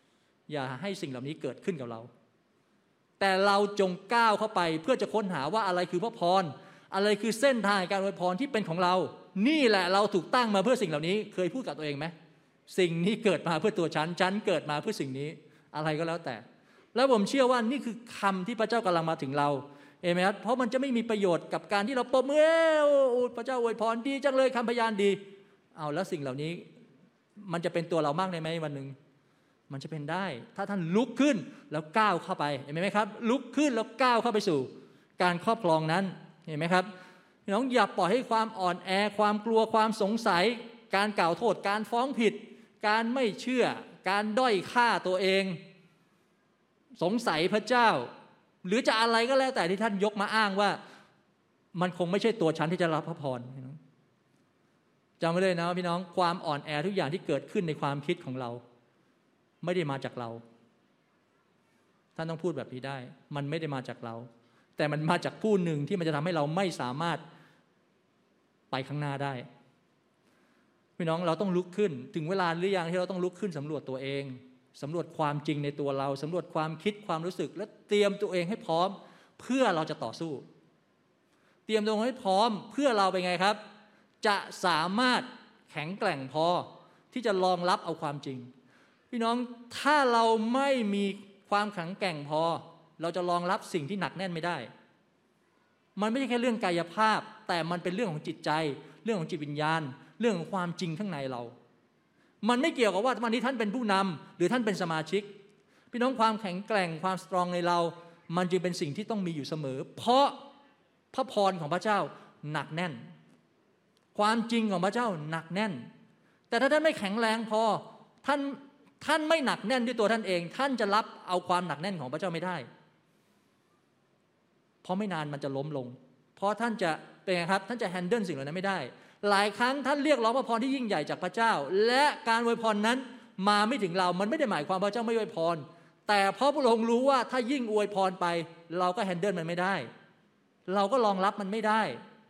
อย่าให้สิ่งเหล่านี้เกิดขึ้นกับเราแต่เราจงก้าวเข้าไปเพื่อจะค้นหาว่าอะไรคือพระพรอะไรคือเส้นทางการอวยพรที่เป็นของเรานี่แหละเราถูกตั้งมาเพื่อสิ่งเหล่านี้เคยพูดกับตัวเองไหมสิ่งนี้เกิดมาเพื่อตัวฉันฉันเกิดมาเพื่อสิ่งนี้อะไรก็แล้วแต่แล้วผมเชื่อว่านี่คือคำที่พระเจ้ากำลังมาถึงเราเอเมนครับเพราะมันจะไม่มีประโยชน์กับการที่เราปรบมือพระเจ้าอวยพรดีจังเลยคำพยานดีเอาแล้วสิ่งเหล่านี้มันจะเป็นตัวเรามากได้ไหมวันหนึ่งมันจะเป็นได้ถ้าท่านลุกขึ้นแล้วก้าวเข้าไปเห็นไหมครับลุกขึ้นแล้วก้าวเข้าไปสู่การครอบครองนั้นเห็นไหมครับพี่น้องอย่าปล่อยให้ความอ่อนแอความกลัวความสงสัยการกล่าวโทษการฟ้องผิดการไม่เชื่อการด้อยค่าตัวเองสงสัยพระเจ้าหรือจะอะไรก็แล้วแต่ที่ท่านยกมาอ้างว่ามันคงไม่ใช่ตัวฉันที่จะรับพระพรจำไว้เลยนะพี่น้องความอ่อนแอทุกอย่างที่เกิดขึ้นในความคิดของเราไม่ได้มาจากเราท่านต้องพูดแบบนี้ได้มันไม่ได้มาจากเราแต่มันมาจากผู้หนึ่งที่มันจะทำให้เราไม่สามารถไปข้างหน้าได้พี่น้องเราต้องลุกขึ้นถึงเวลาหรือยังที่เราต้องลุกขึ้นสำรวจตัวเองสำรวจความจริงในตัวเราสำรวจความคิดความรู้สึกและเตรียมตัวเองให้พร้อมเพื่อเราจะต่อสู้เตรียมตัวให้พร้อมเพื่อเราเป็นไงครับจะสามารถแข็งแกร่งพอที่จะรองรับเอาความจริงพี่น้องถ้าเราไม่มีความแข็งแกร่งพอเราจะรองรับสิ่งที่หนักแน่นไม่ได้มันไม่ใช่แค่เรื่องกายภาพแต่มันเป็นเรื่องของจิตใจเรื่องของจิตวิญญาณเรื่องของความจริงข้างในเรามันไม่เกี่ยวกับว่าวันนี้ท่านเป็นผู้นำหรือท่านเป็นสมาชิกพี่น้องความแข็งแกร่งความสตรองในเรามันจึงเป็นสิ่งที่ต้องมีอยู่เสมอเพราะพระพรของพระเจ้าหนักแน่นความจริงของพระเจ้าหนักแน่นแต่ถ้าท่านไม่แข็งแรงพอท่านท่านไม่หนักแน่นด้วยตัวท่านเองท่านจะรับเอาความหนักแน่นของพระเจ้าไม่ได้เพราะไม่นานมันจะล้มลงเพราะท่านจะเป็นไงครับท่านจะแฮนเดิลสิ่งเหล่านั้นไม่ได้หลายครั้งท่านเรียกร้องพระพรที่ยิ่งใหญ่จากพระเจ้าและการอวยพรนั้นมาไม่ถึงเรามันไม่ได้หมายความว่าพระเจ้าไม่อวยพรแต่เพราะพระองค์รู้ว่าถ้ายิ่งอวยพรไปเราก็แฮนเดิลมันไม่ได้เราก็รองรับมันไม่ได้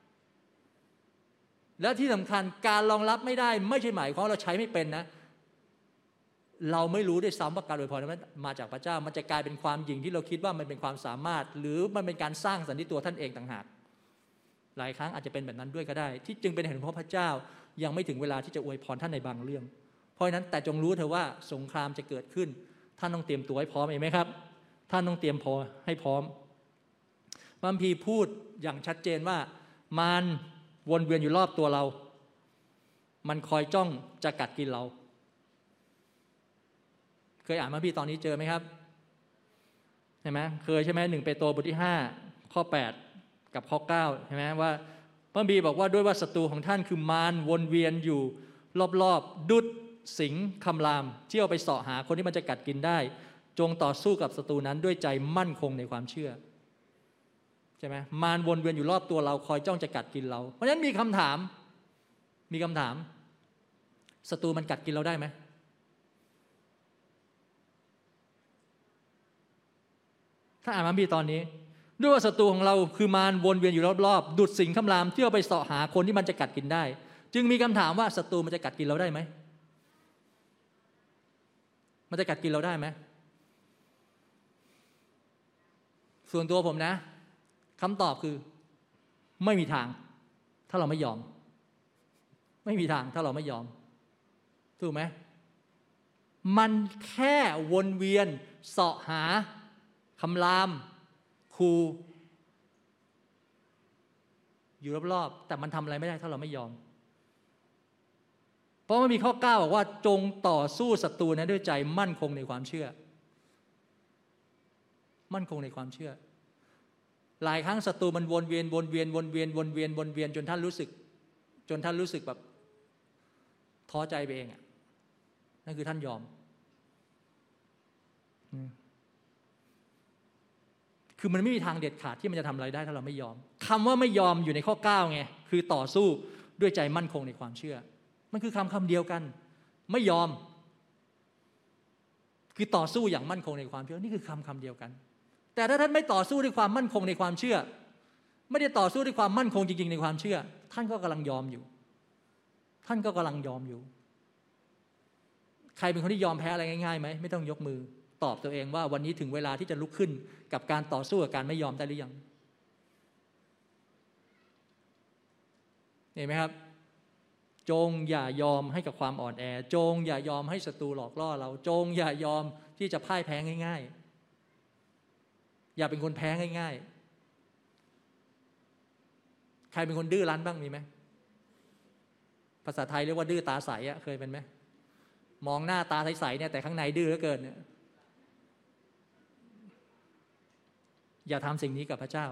และที่สำคัญการรองรับไม่ได้ไม่ใช่หมายความว่าเราใช้ไม่เป็นนะเราไม่รู้ด้วยซ้ำว่าการอวยพรนั้นมาจากพระเจ้ามันจะกลายเป็นความหยิ่งที่เราคิดว่ามันเป็นความสามารถหรือมันเป็นการสร้างสรรค์ที่ตัวท่านเองต่างหากหลายครั้งอาจจะเป็นแบบนั้นด้วยก็ได้ที่จึงเป็นเหตุเพราะพระเจ้ายังไม่ถึงเวลาที่จะอวยพรท่านในบางเรื่องเพราะฉะนั้นแต่จงรู้เถอะว่าสงครามจะเกิดขึ้นท่านต้องเตรียมตัวให้พร้อมเองไหมครับท่านต้องเตรียมพอให้พร้อมพระคัมภีร์พูดอย่างชัดเจนว่ามารวนเวียนอยู่รอบตัวเรามันคอยจ้องจะกัดกินเราเคยอ่านพระคัมภีร์ตอนนี้เจอไหมครับใช่ไหมเคยใช่ไหมหนึ่งเปโตรบทที่ห้าข้อแปดกับข้อเก้าใช่ไหมว่าพระคัมภีร์บอกว่าด้วยว่าศัตรูของท่านคือมารวนเวียนอยู่รอบๆดุจสิงคำรามเที่ยวไปเสาะหาคนที่มันจะกัดกินได้จงต่อสู้กับศัตรูนั้นด้วยใจมั่นคงในความเชื่อใช่ไหมมารวนเวียนอยู่รอบตัวเราคอยจ้องจะกัดกินเราเพราะฉะนั้นมีคำถามมีคำถามศัตรูมันกัดกินเราได้ไหมถ้าอ่านพระคัมภีร์ตอนนี้ด้วยว่าศัตรูของเราคือมารวนเวียนอยู่รอบๆดุจสิงคำรามเที่ยวไปเสาะหาคนที่มันจะกัดกินได้จึงมีคำถามว่าศัตรูมันจะกัดกินเราได้ไหมมันจะกัดกินเราได้ไหมส่วนตัวผมนะคำตอบคือไม่มีทางถ้าเราไม่ยอมไม่มีทางถ้าเราไม่ยอมถูกไหมมันแค่วนเวียนเสาะหาคำรามคูอยู่รอบๆแต่มันทำอะไรไม่ได้ถ้าเราไม่ยอมเพราะมันมีข้อเก้าบอกว่าจงต่อสู้ศัตรูนั้นด้วยใจมั่นคงในความเชื่อมั่นคงในความเชื่อหลายครั้งศัตรูมันวนเวียนวนเวียนวนเวียนวนเวียนวนเวียนจนท่านรู้สึกจนท่านรู้สึกแบบท้อใจไปเองอ่ะนั่นคือท่านยอมคือมันไม่มีทางเด็ดขาดที่มันจะทำอะไรได้ถ้าเราไม่ยอมคำว่าไม่ยอมอยู่ในข้อเก้าไงคือต่อสู้ด้วยใจมั่นคงในความเชื่อมันคือคำคำเดียวกันไม่ยอมคือต่อสู้อย่างมั่นคงในความเชื่อนี่คือคำคำเดียวกันแต่ถ้าท่านไม่ต่อสู้ด้วยความมั่นคงในความเชื่อไม่ได้ต่อสู้ด้วยความมั่นคงจริงๆในความเชื่อท่านก็กำลังยอมอยู่ท่านก็กำลังยอมอยู่ใครเป็นคนที่ยอมแพ้อะไรง่ายๆไหมไม่ต้องยกมือตอบตัวเองว่าวันนี้ถึงเวลาที่จะลุกขึ้นกับการต่อสู้กับการไม่ยอมได้หรือยังเห็นไหมครับจงอย่ายอมให้กับความอ่อนแอจงอย่ายอมให้ศัตรูหลอกล่อเราจงอย่ายอมที่จะพ่ายแพ้ง่ายๆอย่าเป็นคนแพ้ง่ายๆใครเป็นคนดื้อรั้นบ้างมีไหมภาษาไทยเรียกว่าดื้อตาใสอะเคยเป็นไหมมองหน้าตาใสๆเนี่ยแต่ข้างในดื้อเหลือเกินเนี่ยอย่าทำสิ่งนี้กับพระเจ้า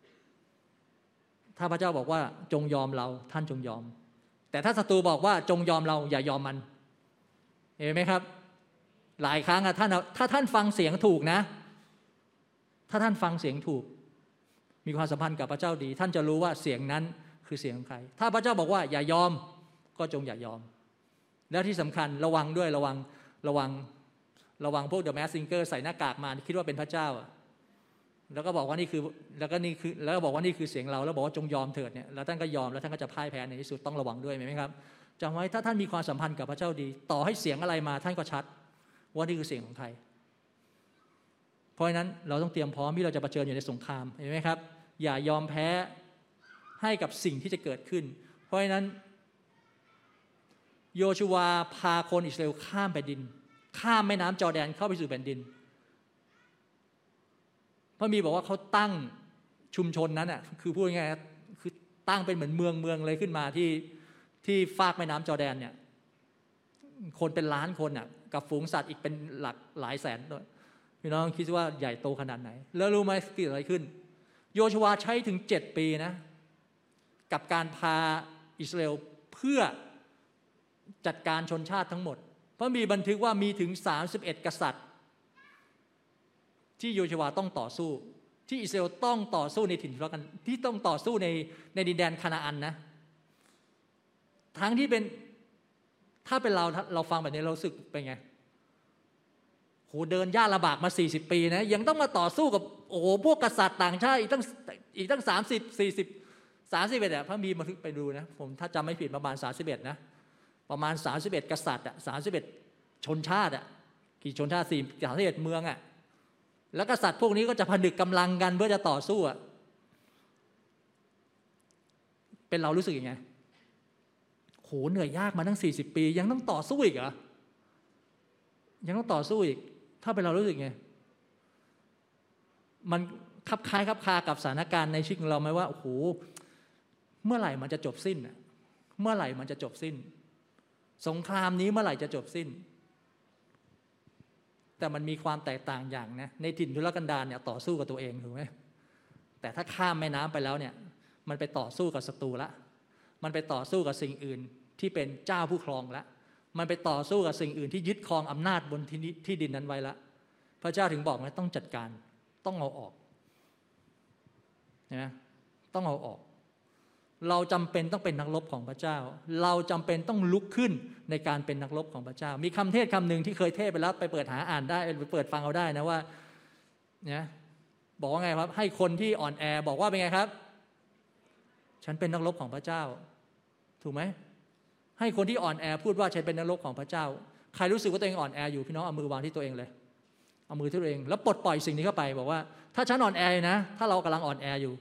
ถ้าพระเจ้าบอกว่าจงยอมเราท่านจงยอมแต่ถ้าศัตรูบอกว่าจงยอมเราอย่ายอมมันเห็นไหมครับหลายครั้งอะท่านถ้าท่านฟังเสียงถูกนะถ้าท่านฟังเสียงถูกมีความสัมพันธ์กับพระเจ้าดีท่านจะรู้ว่าเสียงนั้นคือเสียงของใครถ้าพระเจ้าบอกว่าอย่ายอมก็จงอย่ายอมแล้วที่สำคัญระวังด้วยระวังระวังระวังพวกเดอะแมสซิงเกอร์ใส่หน้ากากมาคิดว่าเป็นพระเจ้าอะแล้วก็บอกว่านี่คือแล้วก็นี่คือแล้วก็บอกว่านี่คือเสียงเราแล้วบอกว่าจงยอมเถิดเนี่ยแล้วท่านก็ยอมแล้วท่านก็จะพ่ายแพ้ในที่สุดต้องระวังด้วยไหมครับจำไว้ถ้าท่านมีความสัมพันธ์กับพระเจ้าดีต่อให้เสียงอะไรมาท่านก็ชัดว่านี่คือเสียงของใครเพราะฉะนั้นเราต้องเตรียมพร้อมที่เราจะเผชิญอยู่ในสงครามเห็นไหมครับอย่ายอมแพ้ให้กับสิ่งที่จะเกิดขึ้นเพราะฉะนั้นโยชูวาพาคนอิสราเอลข้ามแผ่นดินข้ามแม่น้ำจอร์แดนเข้าไปสู่แผ่นดินพระมีบอกว่าเขาตั้งชุมชนนั้นอ่ะคือพูดง่ายๆคือตั้งเป็นเหมือนเมืองเมืองเลยขึ้นมาที่ที่ฟากแม่น้ำจอร์แดนเนี่ยคนเป็นล้านคนอ่ะกับฝูงสัตว์อีกเป็นหลักหลายแสนด้วยพี่น้องคิดว่าใหญ่โตขนาดไหนแล้วรู้ไหมเกิดอะไรขึ้นโยชูวาใช้ถึงเจ็ดปีนะกับการพาอิสราเอลเพื่อจัดการชนชาติทั้งหมดเพราะมีบันทึกว่ามีถึงสามสิบเอ็ดกษัตริย์ที่โยชูวาต้องต่อสู้ที่อิสราเอลต้องต่อสู้ในถิ่นทุรกันที่ต้องต่อสู้ในในดินแดนคานาอันนะทั้งที่เป็นถ้าเป็นเราเราฟังแบบนี้เราสึกเป็นไงโหเดินยากลำบากมาสี่สิบปีนะยังต้องมาต่อสู้กับโอ้โหพวกกษัตริย์ต่างชาติอีกตั้งอีกตั้งสามสิบ สี่สิบ สามสิบเอ็ดอ่ะพระมีบันทึกไปดูนะผมถ้าจำไม่ผิดประมาณสามสิบเอ็ดนะประมาณสามสิบเอ็ดกษัตริย์อ่ะสามสิบเอ็ดชนชาติอ่ะกี่ชนชาติสี่สามสิบเอ็ดเมืองอ่ะแล้วกษัตริย์พวกนี้ก็จะผนึกกำลังกันเพื่อจะต่อสู้อ่ะเป็นเรารู้สึกยังไงโหเหนื่อยยากมาตั้งสี่สิบปียังต้องต่อสู้อีกเหรอยังต้องต่อสู้อีกถ้าเป็นเรารู้สึกไงมันคับคล้ายคับคากับสถานการณ์ในชีวิตของเราไหมว่าโอ้โหเมื่อไหร่มันจะจบสิ้นอ่ะเมื่อไหร่มันจะจบสิ้นสงครามนี้เมื่อไหร่จะจบสิ้นแต่มันมีความแตกต่างอย่างนะในถิ่นทุรกันดารเนี่ยต่อสู้กับตัวเองถูกไหมแต่ถ้าข้ามแม่น้ำไปแล้วเนี่ยมันไปต่อสู้กับศัตรูละมันไปต่อสู้กับสิ่งอื่นที่เป็นเจ้าผู้ครองละมันไปต่อสู้กับสิ่งอื่นที่ยึดครองอำนาจบนที่ดินนั้นไว้ละพระเจ้าถึงบอกว่าต้องจัดการต้องเอาออกนะต้องเอาออกเราจำเป็นต้องเป็นนักรบของพระเจ้าเราจำเป็นต้องลุกขึ้นในการเป็นนักรบของพระเจ้ามีคำเทศคำหนึ่งที่เคยเทศไปแล้วไปเปิดหาอ่านได้ไปเปิดฟังเอาได้นะว่าเนี่ยบอกว่าไงครับให้คนที่อ่อนแอบอกว่าเป็นไงครับฉันเป็นนักรบของพระเจ้าถูกไหมให้คนที่อ่อนแอพูดว่าฉันเป็นนักรบของพระเจ้าใครรู้สึกว่าตัวเองอ่อนแออยู่พี่น้องเอามือวางที่ตัวเองเลยเอามือที่ตัวเองแล้วปลดปล่อยสิ่งนี้เข้าไปบอกว่าถ้าฉันอ่อนแอนะถ้าเรากำลังอ่อนแออยู่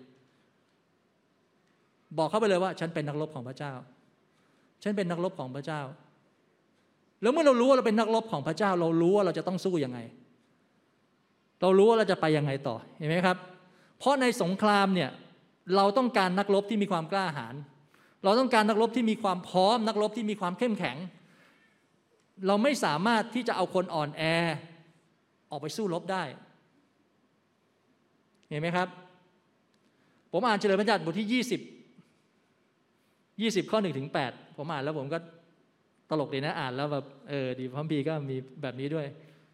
บอกเข้าไปเลยว่าฉันเป็นนักรบของพระเจ้าฉันเป็นนักรบของพระเจ้าแล้วเมื่อเรารู้ว่าเราเป็นนักรบของพระเจ้าเรารู้ว่าเราจะต้องสู้ยังไงเรารู้ว่าเราจะไปยังไงต่อเห็นไหมครับเพราะในสงครามเนี่ยเราต้องการนักรบที่มีความกล้าหาญเราต้องการนักรบที่มีความพร้อมนักรบที่มีความเข้มแข็งเราไม่สามารถที่จะเอาคนอ่อนแอออกไปสู้รบได้เห็นไหมครับผมอ่านเฉลยพระญาติบทที่ยี่สิบยี่สิบข้อหนึ่งถึงแปดผมอ่านแล้วผมก็ตลกดีนะอ่านแล้วแบบเออดีพระคัมภีร์ก็มีแบบนี้ด้วย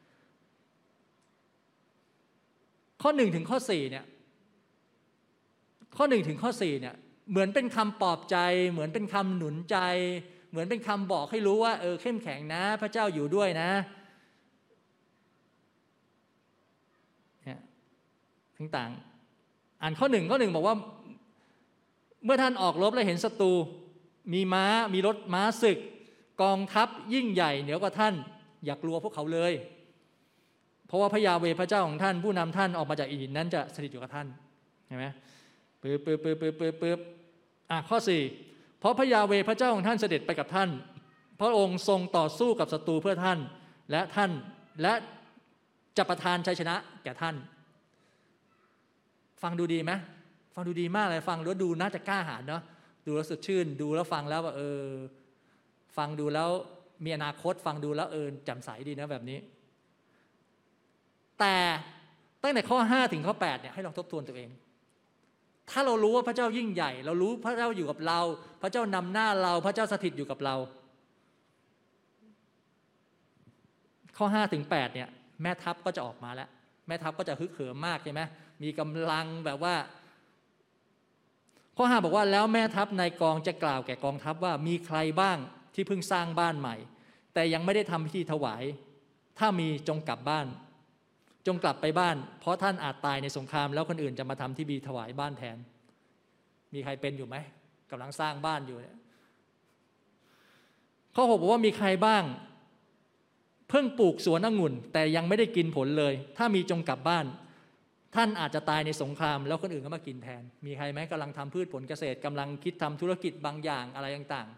ข้อหนึ่งถึงข้อสี่เนี่ยข้อหนึ่งถึงข้อสี่เนี่ยเหมือนเป็นคำปลอบใจเหมือนเป็นคำหนุนใจเหมือนเป็นคำบอกให้รู้ว่าเออเข้มแข็งนะพระเจ้าอยู่ด้วยนะเนี่ยต่างๆอ่านข้อหนึ่งข้อหนึ่งบอกว่าเมื่อท่านออกรบและเห็นศัตรูมีม้ามีรถม้าศึกกองทัพยิ่งใหญ่เหนือกว่าท่านอย่ากลัวพวกเขาเลยเพราะว่าพระยาเวห์พระเจ้าของท่านผู้นำท่านออกมาจากอียิปต์นั้นจะสถิตอยู่กับท่านเห็นไหมปึ๊บปึ๊บปึ๊บปึ๊บปึ๊บปึ๊บอ่ะข้อสี่เพราะพระยาเวห์พระเจ้าของท่านเสด็จไปกับท่านพระองค์ทรงต่อสู้กับศัตรูเพื่อท่านและท่านและจะประทานชัยชนะแก่ท่านฟังดูดีไหมฟังดูดีมากเลยฟังแล้วดูน่าจะกล้าหาญเนาะดูแล้วสดชื่นดูแล้วฟังแล้วว่าเออฟังดูแล้วมีอนาคตฟังดูแล้วเออแจ่มใสดีนะแบบนี้แต่ตั้งแต่ข้อห้าถึงข้อแปดเนี่ยให้ลองทบทวนตัวเองถ้าเรารู้ว่าพระเจ้ายิ่งใหญ่เรารู้พระเจ้าอยู่กับเราพระเจ้านำหน้าเราพระเจ้าสถิตอยู่กับเราข้อห้าถึงแปดเนี่ยแม่ทัพก็จะออกมาแล้วแม่ทัพก็จะฮึกเหิมมากใช่ไหมมีกำลังแบบว่าข้อห้าบอกว่าแล้วแม่ทัพในกองจะกล่าวแก่กองทัพว่ามีใครบ้างที่เพิ่งสร้างบ้านใหม่แต่ยังไม่ได้ทำพิธีถวายถ้ามีจงกลับบ้านจงกลับไปบ้านเพราะท่านอาจตายในสงครามแล้วคนอื่นจะมาทำที่บีถวายบ้านแทนมีใครเป็นอยู่ไหมกำลังสร้างบ้านอยู่เนี่ยข้อหกบอกว่ามีใครบ้างเพิ่งปลูกสวนองุ่นแต่ยังไม่ได้กินผลเลยถ้ามีจงกลับบ้านท่านอาจจะตายในสงครามแล้วคนอื่นก็มากินแทนมีใครไหมกำลังทำพืชผลเกษตรกำลังคิดทำธุรกิจบางอย่างอะไรต่าง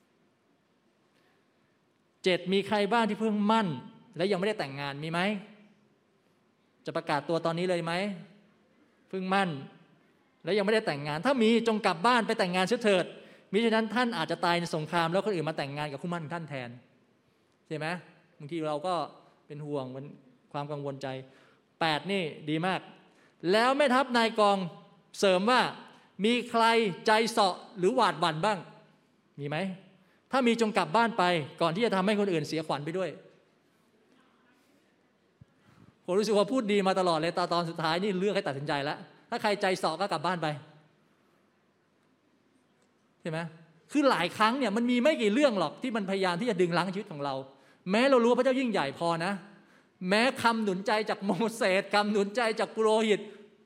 ๆเจ็ดมีใครบ้างที่เพิ่งมั่นและยังไม่ได้แต่งงานมีไหมจะประกาศตัวตอนนี้เลยไหมเพิ่งมั่นแล้วยังไม่ได้แต่งงานถ้ามีจงกลับบ้านไปแต่งงานเสียเถิดมิฉะนั้นท่านอาจจะตายในสงครามแล้วคนอื่นมาแต่งงานกับคู่มั่นของท่านแทนใช่ไหมบางทีเราก็เป็นห่วงเป็นความกังวลใจแปดนี่ดีมากแล้วแม่ทัพนายกองเสริมว่ามีใครใจเสาะหรือหวาดหวั่นบ้างมีไหมถ้ามีจงกลับบ้านไปก่อนที่จะทำให้คนอื่นเสียขวัญไปด้วยผมรู้สึกว่าพูดดีมาตลอดเลยตอนตอนสุดท้ายนี่เลือกให้ตัดสินใจแล้วถ้าใครใจเสาะก็กลับบ้านไปใช่ไหมคือหลายครั้งเนี่ยมันมีไม่กี่เรื่องหรอกที่มันพยายามที่จะดึงล้างชีวิตของเราแม้เรารู้ว่าพระเจ้ายิ่งใหญ่พอนะแม้คำหนุนใจจากโมเสสคำหนุนใจจากปุโรหิต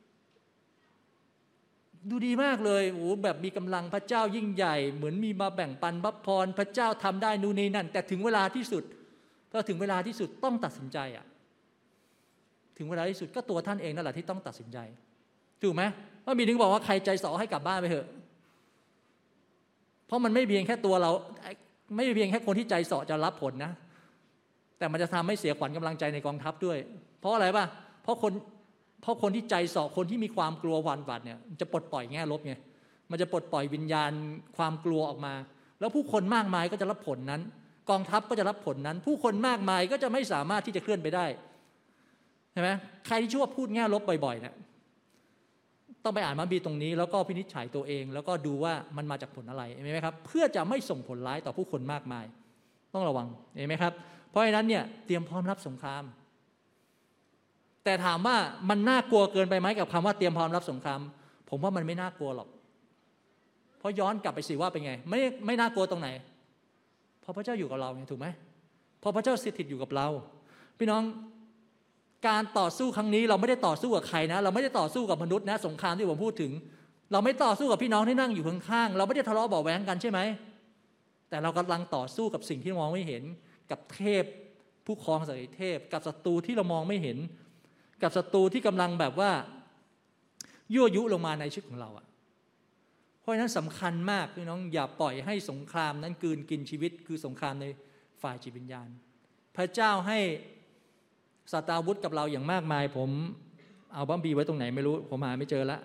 ดูดีมากเลยโอ้แบบมีกำลังพระเจ้ายิ่งใหญ่เหมือนมีมาแบ่งปันบัพพรพระเจ้าทำได้นู่นนี่นั่นแต่ถึงเวลาที่สุดก็ถึงเวลาที่สุดต้องตัดสินใจอ่ะถึงเวลาที่สุดก็ตัวท่านเองนั่นแหละที่ต้องตัดสินใจถูกไหมว่ามีถึงบอกว่าใครใจเสาะให้กลับบ้านไปเถอะเพราะมันไม่เพียงแค่ตัวเราไม่เพียงแค่คนที่ใจเสาะจะรับผลนะแต่มันจะทำให้เสียขวัญกำลังใจในกองทัพด้วยเพราะอะไรป่ะเพราะคนเพราะคนที่ใจเสาะคนที่มีความกลัวหวั่นหวาดเนี่ยจะปลดปล่อยแง่ลบไงมันจะปลดปล่อยวิญญาณความกลัวออกมาแล้วผู้คนมากมายก็จะรับผลนั้นกองทัพก็จะรับผลนั้นผู้คนมากมายก็จะไม่สามารถที่จะเคลื่อนไปได้ใช่ไหมใครที่ชอบพูดแง่ลบบ่อยๆเนี่ยต้องไปอ่านมัทธิวตรงนี้แล้วก็พินิจฉัยตัวเองแล้วก็ดูว่ามันมาจากผลอะไรเห็นไหมครับเพื่อจะไม่ส่งผลร้ายต่อผู้คนมากมายต้องระวังเห็นไหมครับเพราะฉะนั้นเนี่ยเตรียมพร้อมรับสงครามแต่ถามว่ามันน่ากลัวเกินไปไหมกับคำว่าเตรียมพร้อมรับสงครามผมว่ามันไม่น่ากลัวหรอกเพราะย้อนกลับไปสิว่าเป็นไงไม่ไม่น่ากลัวตรงไหนเพราะพระเจ้าอยู่กับเราไงถูกไหมเพราะพระเจ้าสถิตอยู่กับเราพี่น้องการต่อสู้ครั้งนี้เราไม่ได้ต่อสู้กับใครนะเราไม่ได้ต่อสู้กับมนุษย์นะสงครามที่ผมพูดถึงเราไม่ต่อสู้กับพี่น้องที่นั่งอยู่ข้างๆเราไม่ได้ทะเลาะเบาะแว้งกันใช่ไหมแต่เรากำลังต่อสู้กับสิ่งที่มองไม่เห็นกับเทพผู้ครองสายเทพกับศัตรูที่เรามองไม่เห็นกับศัตรูที่กำลังแบบว่ายั่วยุลงมาในชีวิตของเราอ่ะเพราะฉะนั้นสำคัญมากพี่น้องอย่าปล่อยให้สงครามนั้นกลืนกินชีวิตคือสงครามในฝ่ายจิตวิญญาณพระเจ้าให้สัตราวุธกับเราอย่างมากมายผมเอาบัมบีไว้ตรงไหนไม่รู้ผมหาไม่เจอละ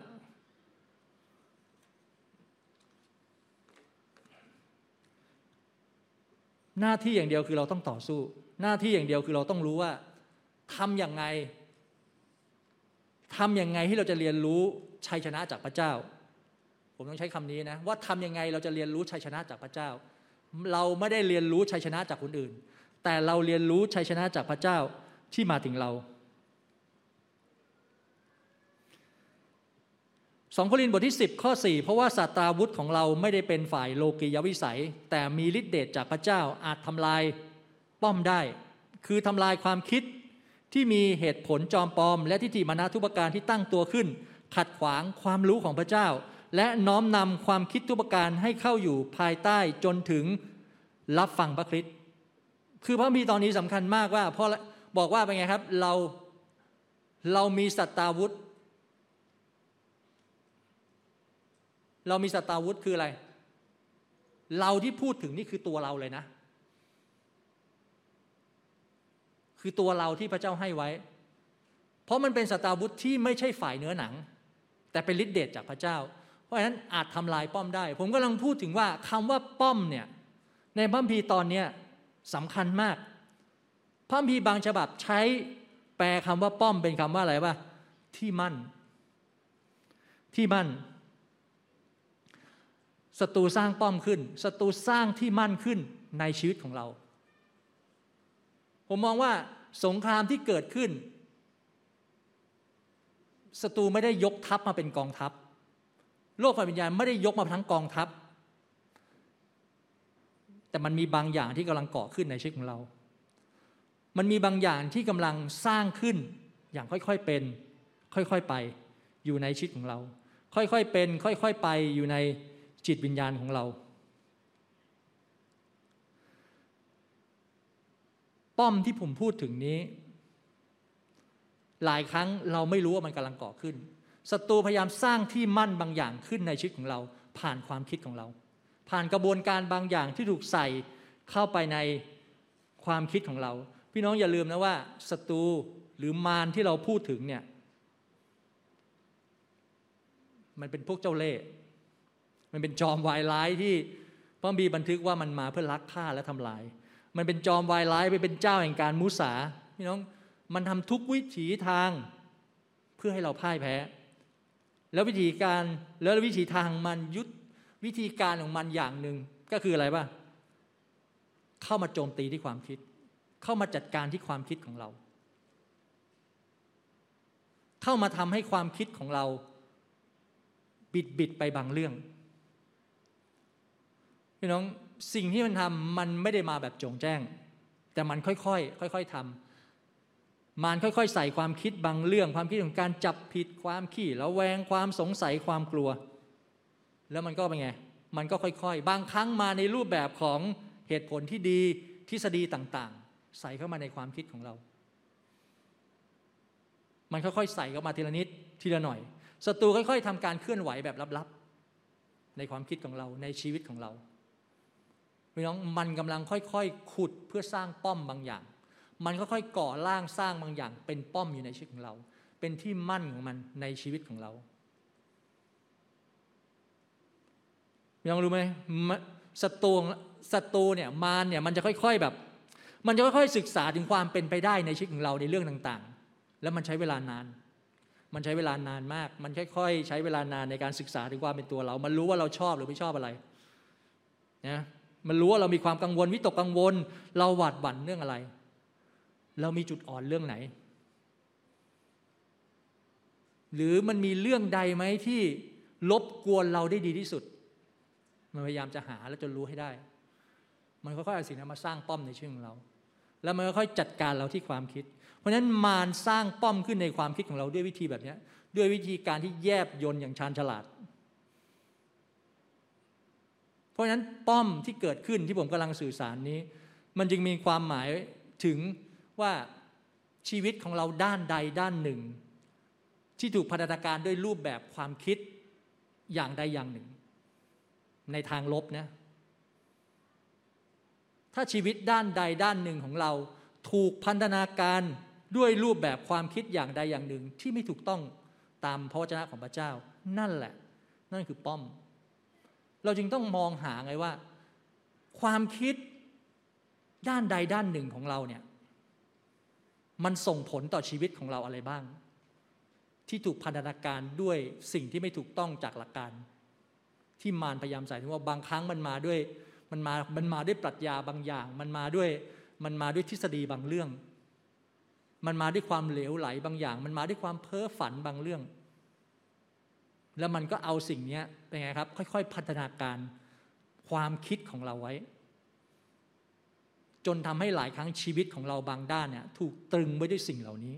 หน้าที่อย่างเดียวคือเราต้องต่อสู้หน้าที่อย่างเดียวคือเราต้องรู้ว่าทำอย่างไงทำอย่างไงที่เราจะเรียนรู้ชัยชนะจากพระเจ้าผมต้องใช้คำนี้นะว่าทำยังไงเราจะเรียนรู้ชัยชนะจากพระเจ้าเราไม่ได้เรียนรู้ชัยชนะจากคนอื่นแต่เราเรียนรู้ชัยชนะจากพระเจ้าที่มาถึงเราสองโครินธ์บทที่สิบข้อสี่เพราะว่าสัตราวุธของเราไม่ได้เป็นฝ่ายโลกียวิสัยแต่มีฤทธิ์เดชจากพระเจ้าอาจทำลายป้อมได้คือทำลายความคิดที่มีเหตุผลจอมปลอมและทิฏฐิมานะทุกประการที่ตั้งตัวขึ้นขัดขวางความรู้ของพระเจ้าและน้อมนำความคิดทุกประการให้เข้าอยู่ภายใต้จนถึงรับฟังพระคริสต์คือพระคัมภีร์ตอนนี้สำคัญมากว่าเพราะบอกว่าเป็นไงครับเราเรามีสัตตาวุธเรามีสัตตาวุธคืออะไรเราที่พูดถึงนี่คือตัวเราเลยนะคือตัวเราที่พระเจ้าให้ไว้เพราะมันเป็นสัตตาวุธที่ไม่ใช่ฝ่ายเนื้อหนังแต่เป็นฤทธิ์เดชจากพระเจ้าเพราะฉะนั้นอาจทำลายป้อมได้ผมกำลังพูดถึงว่าคำว่าป้อมเนี่ยในพระคัมภีร์ตอนนี้สำคัญมากพระคัมภีร์บางฉบับใช้แปลคำว่าป้อมเป็นคำว่าอะไรวะที่มั่นที่มั่นศัตรูสร้างป้อมขึ้นศัตรูสร้างที่มั่นขึ้นในชีวิตของเราผมมองว่าสงครามที่เกิดขึ้นศัตรูไม่ได้ยกทัพมาเป็นกองทัพโลกฝ่ายวิญญาณไม่ได้ยกมาทั้งกองทัพแต่มันมีบางอย่างที่กำลังเกาะขึ้นในชีวิตของเรามันมีบางอย่างที่กำลังสร้างขึ้นอย่างค่อยๆเป็นค่อยๆไปอยู่ในชีวิตของเราค่อยๆเป็นค่อยๆไปอยู่ในจิตวิญญาณของเราป้อมที่ผมพูดถึงนี้หลายครั้งเราไม่รู้ว่ามันกำลังก่อขึ้นศัตรูพยายามสร้างที่มั่นบางอย่างขึ้นในชีวิตของเราผ่านความคิดของเราผ่านกระบวนการบางอย่างที่ถูกใส่เข้าไปในความคิดของเราพี่น้องอย่าลืมนะว่าศัตรูหรือมารที่เราพูดถึงเนี่ยมันเป็นพวกเจ้าเล่ห์มันเป็นจอมวายร้ายที่พระคัมภีร์บันทึกว่ามันมาเพื่อลักฆ่าและทำลายมันเป็นจอมวายร้ายไปเป็นเจ้าแห่งการมุสาพี่น้องมันทำทุกวิถีทางเพื่อให้เราพ่ายแพ้แล้ววิธีการแล้ววิธีทางมันยุทธวิธีการของมันอย่างหนึ่งก็คืออะไรป่ะเข้ามาโจมตีที่ความคิดเข้ามาจัดการที่ความคิดของเราเข้ามาทำให้ความคิดของเราบิดบิดไปบางเรื่องพี่น้องสิ่งที่มันทำมันไม่ได้มาแบบโจงแจ้งแต่มันค่อยๆค่อยๆทำมันค่อยๆใส่ความคิดบางเรื่องความคิดของการจับผิดความขี้ระแวงความสงสัยความกลัวแล้วมันก็เป็นไงมันก็ค่อยๆบางครั้งมาในรูปแบบของเหตุผลที่ดีทฤษฎีต่างๆใส่เข้ามาในความคิดของเรามันค่อยๆใส่เข้ามาทีละนิดทีละหน่อยศัตรูค่อยๆทำการเคลื่อนไหวแบบลับๆในความคิดของเราในชีวิตของเราพี่น้องมันกำลังค่อยๆขุดเพื่อสร้างป้อมบางอย่างมันค่อยๆก่อร่างสร้างบางอย่างเป็นป้อมอยู่ในชีวิตของเราเป็นที่มั่นของมันในชีวิตของเราพี่น้องรู้ไหมศัตรูศัตรูเนี่ยมารเนี่ยมันจะค่อยๆแบบมันจะค่อยๆศึกษาถึงความเป็นไปได้ในชีวิตของเราในเรื่องต่างๆแล้วมันใช้เวลานานมันใช้เวลานานมากมันค่อยๆใช้เวลานานในการศึกษาถึงความเป็นตัวเรามันรู้ว่าเราชอบหรือไม่ชอบอะไรนะมันรู้ว่าเรามีความกังวลวิตกกังวลเราหวาดหวั่นเรื่องอะไรเรามีจุดอ่อนเรื่องไหนหรือมันมีเรื่องใดไหมที่รบกวนเราได้ดีที่สุดมันพยายามจะหาและจนรู้ให้ได้มันค่อยๆเอาสิ่งนั้นมาสร้างป้อมในชีวิตของเราแล้วมันค่อยๆจัดการเราที่ความคิดเพราะฉะนั้นมารสร้างป้อมขึ้นในความคิดของเราด้วยวิธีแบบนี้ด้วยวิธีการที่แยบยลอย่างชาญฉลาดเพราะฉะนั้นป้อมที่เกิดขึ้นที่ผมกำลังสื่อสารนี้มันจึงมีความหมายถึงว่าชีวิตของเราด้านใดด้านหนึ่งที่ถูกพัฒนาการด้วยรูปแบบความคิดอย่างใดอย่างหนึ่งในทางลบนะถ้าชีวิตด้านใดด้านหนึ่งของเราถูกพันธนาการด้วยรูปแบบความคิดอย่างใดอย่างหนึ่งที่ไม่ถูกต้องตามพระวจนะของพระเจ้านั่นแหละนั่นคือป้อมเราจึงต้องมองหาไงว่าความคิดด้านใดด้านหนึ่งของเราเนี่ยมันส่งผลต่อชีวิตของเราอะไรบ้างที่ถูกพันธนาการด้วยสิ่งที่ไม่ถูกต้องจากหลักการที่มารพยายามใส่ถึงว่าบางครั้งมันมาด้วยมันมามันมาด้วยปรัชญาบางอย่างมันมาด้วยมันมาด้วยทฤษฎีบางเรื่องมันมาด้วยความเหลวไหลบางอย่างมันมาด้วยความเพ้อฝันบางเรื่องแล้วมันก็เอาสิ่งนี้เป็นไงครับค่อยๆพัฒนาการความคิดของเราไว้จนทำให้หลายครั้งชีวิตของเราบางด้านเนี่ยถูกตรึงไว้ด้วยสิ่งเหล่านี้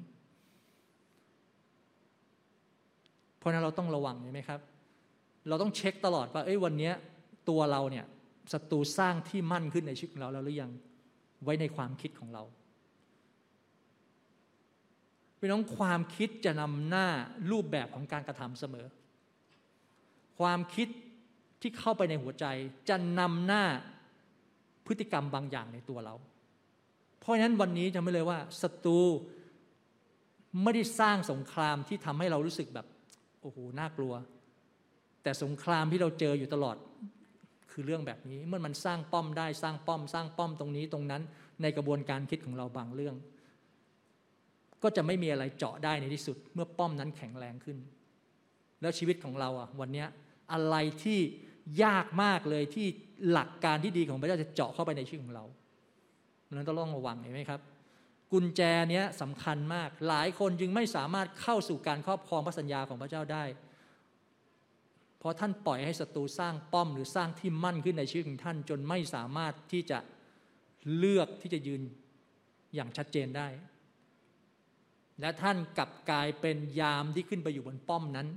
เพราะนั้นเราต้องระวังใช่ไหมครับเราต้องเช็คตลอดว่าเอ้ยวันนี้ตัวเราเนี่ยศัตรูสร้างที่มั่นขึ้นในชีวิตของเราแล้วหรือยังไว้ในความคิดของเราพี่น้องความคิดจะนำหน้ารูปแบบของการกระทำเสมอความคิดที่เข้าไปในหัวใจจะนำหน้าพฤติกรรมบางอย่างในตัวเราเพราะฉะนั้นวันนี้จำไว้เลยว่าศัตรูไม่ได้สร้างสงครามที่ทำให้เรารู้สึกแบบโอ้โหน่ากลัวแต่สงครามที่เราเจออยู่ตลอดคือเรื่องแบบนี้เมื่อมันสร้างป้อมได้สร้างป้อมสร้างป้อมตรงนี้ตรงนั้นในกระบวนการคิดของเราบางเรื่องก็จะไม่มีอะไรเจาะได้ในที่สุดเมื่อป้อมนั้นแข็งแรงขึ้นแล้วชีวิตของเราอ่ะวันนี้อะไรที่ยากมากเลยที่หลักการที่ดีของพระเจ้าจะเจาะเข้าไปในชีวิตของเรานั้นต้องระวังเห็นไหมครับกุญแจเนี้ยสำคัญมากหลายคนจึงไม่สามารถเข้าสู่การครอบครองพระสัญญาของพระเจ้าได้เพราะท่านปล่อยให้ศัตรูสร้างป้อมหรือสร้างที่มั่นขึ้นในชีวิตของท่านจนไม่สามารถที่จะเลือกที่จะยืนอย่างชัดเจนได้และท่านกลับกลายเป็นยามที่ขึ้นไปอยู่บนป้อมนั้น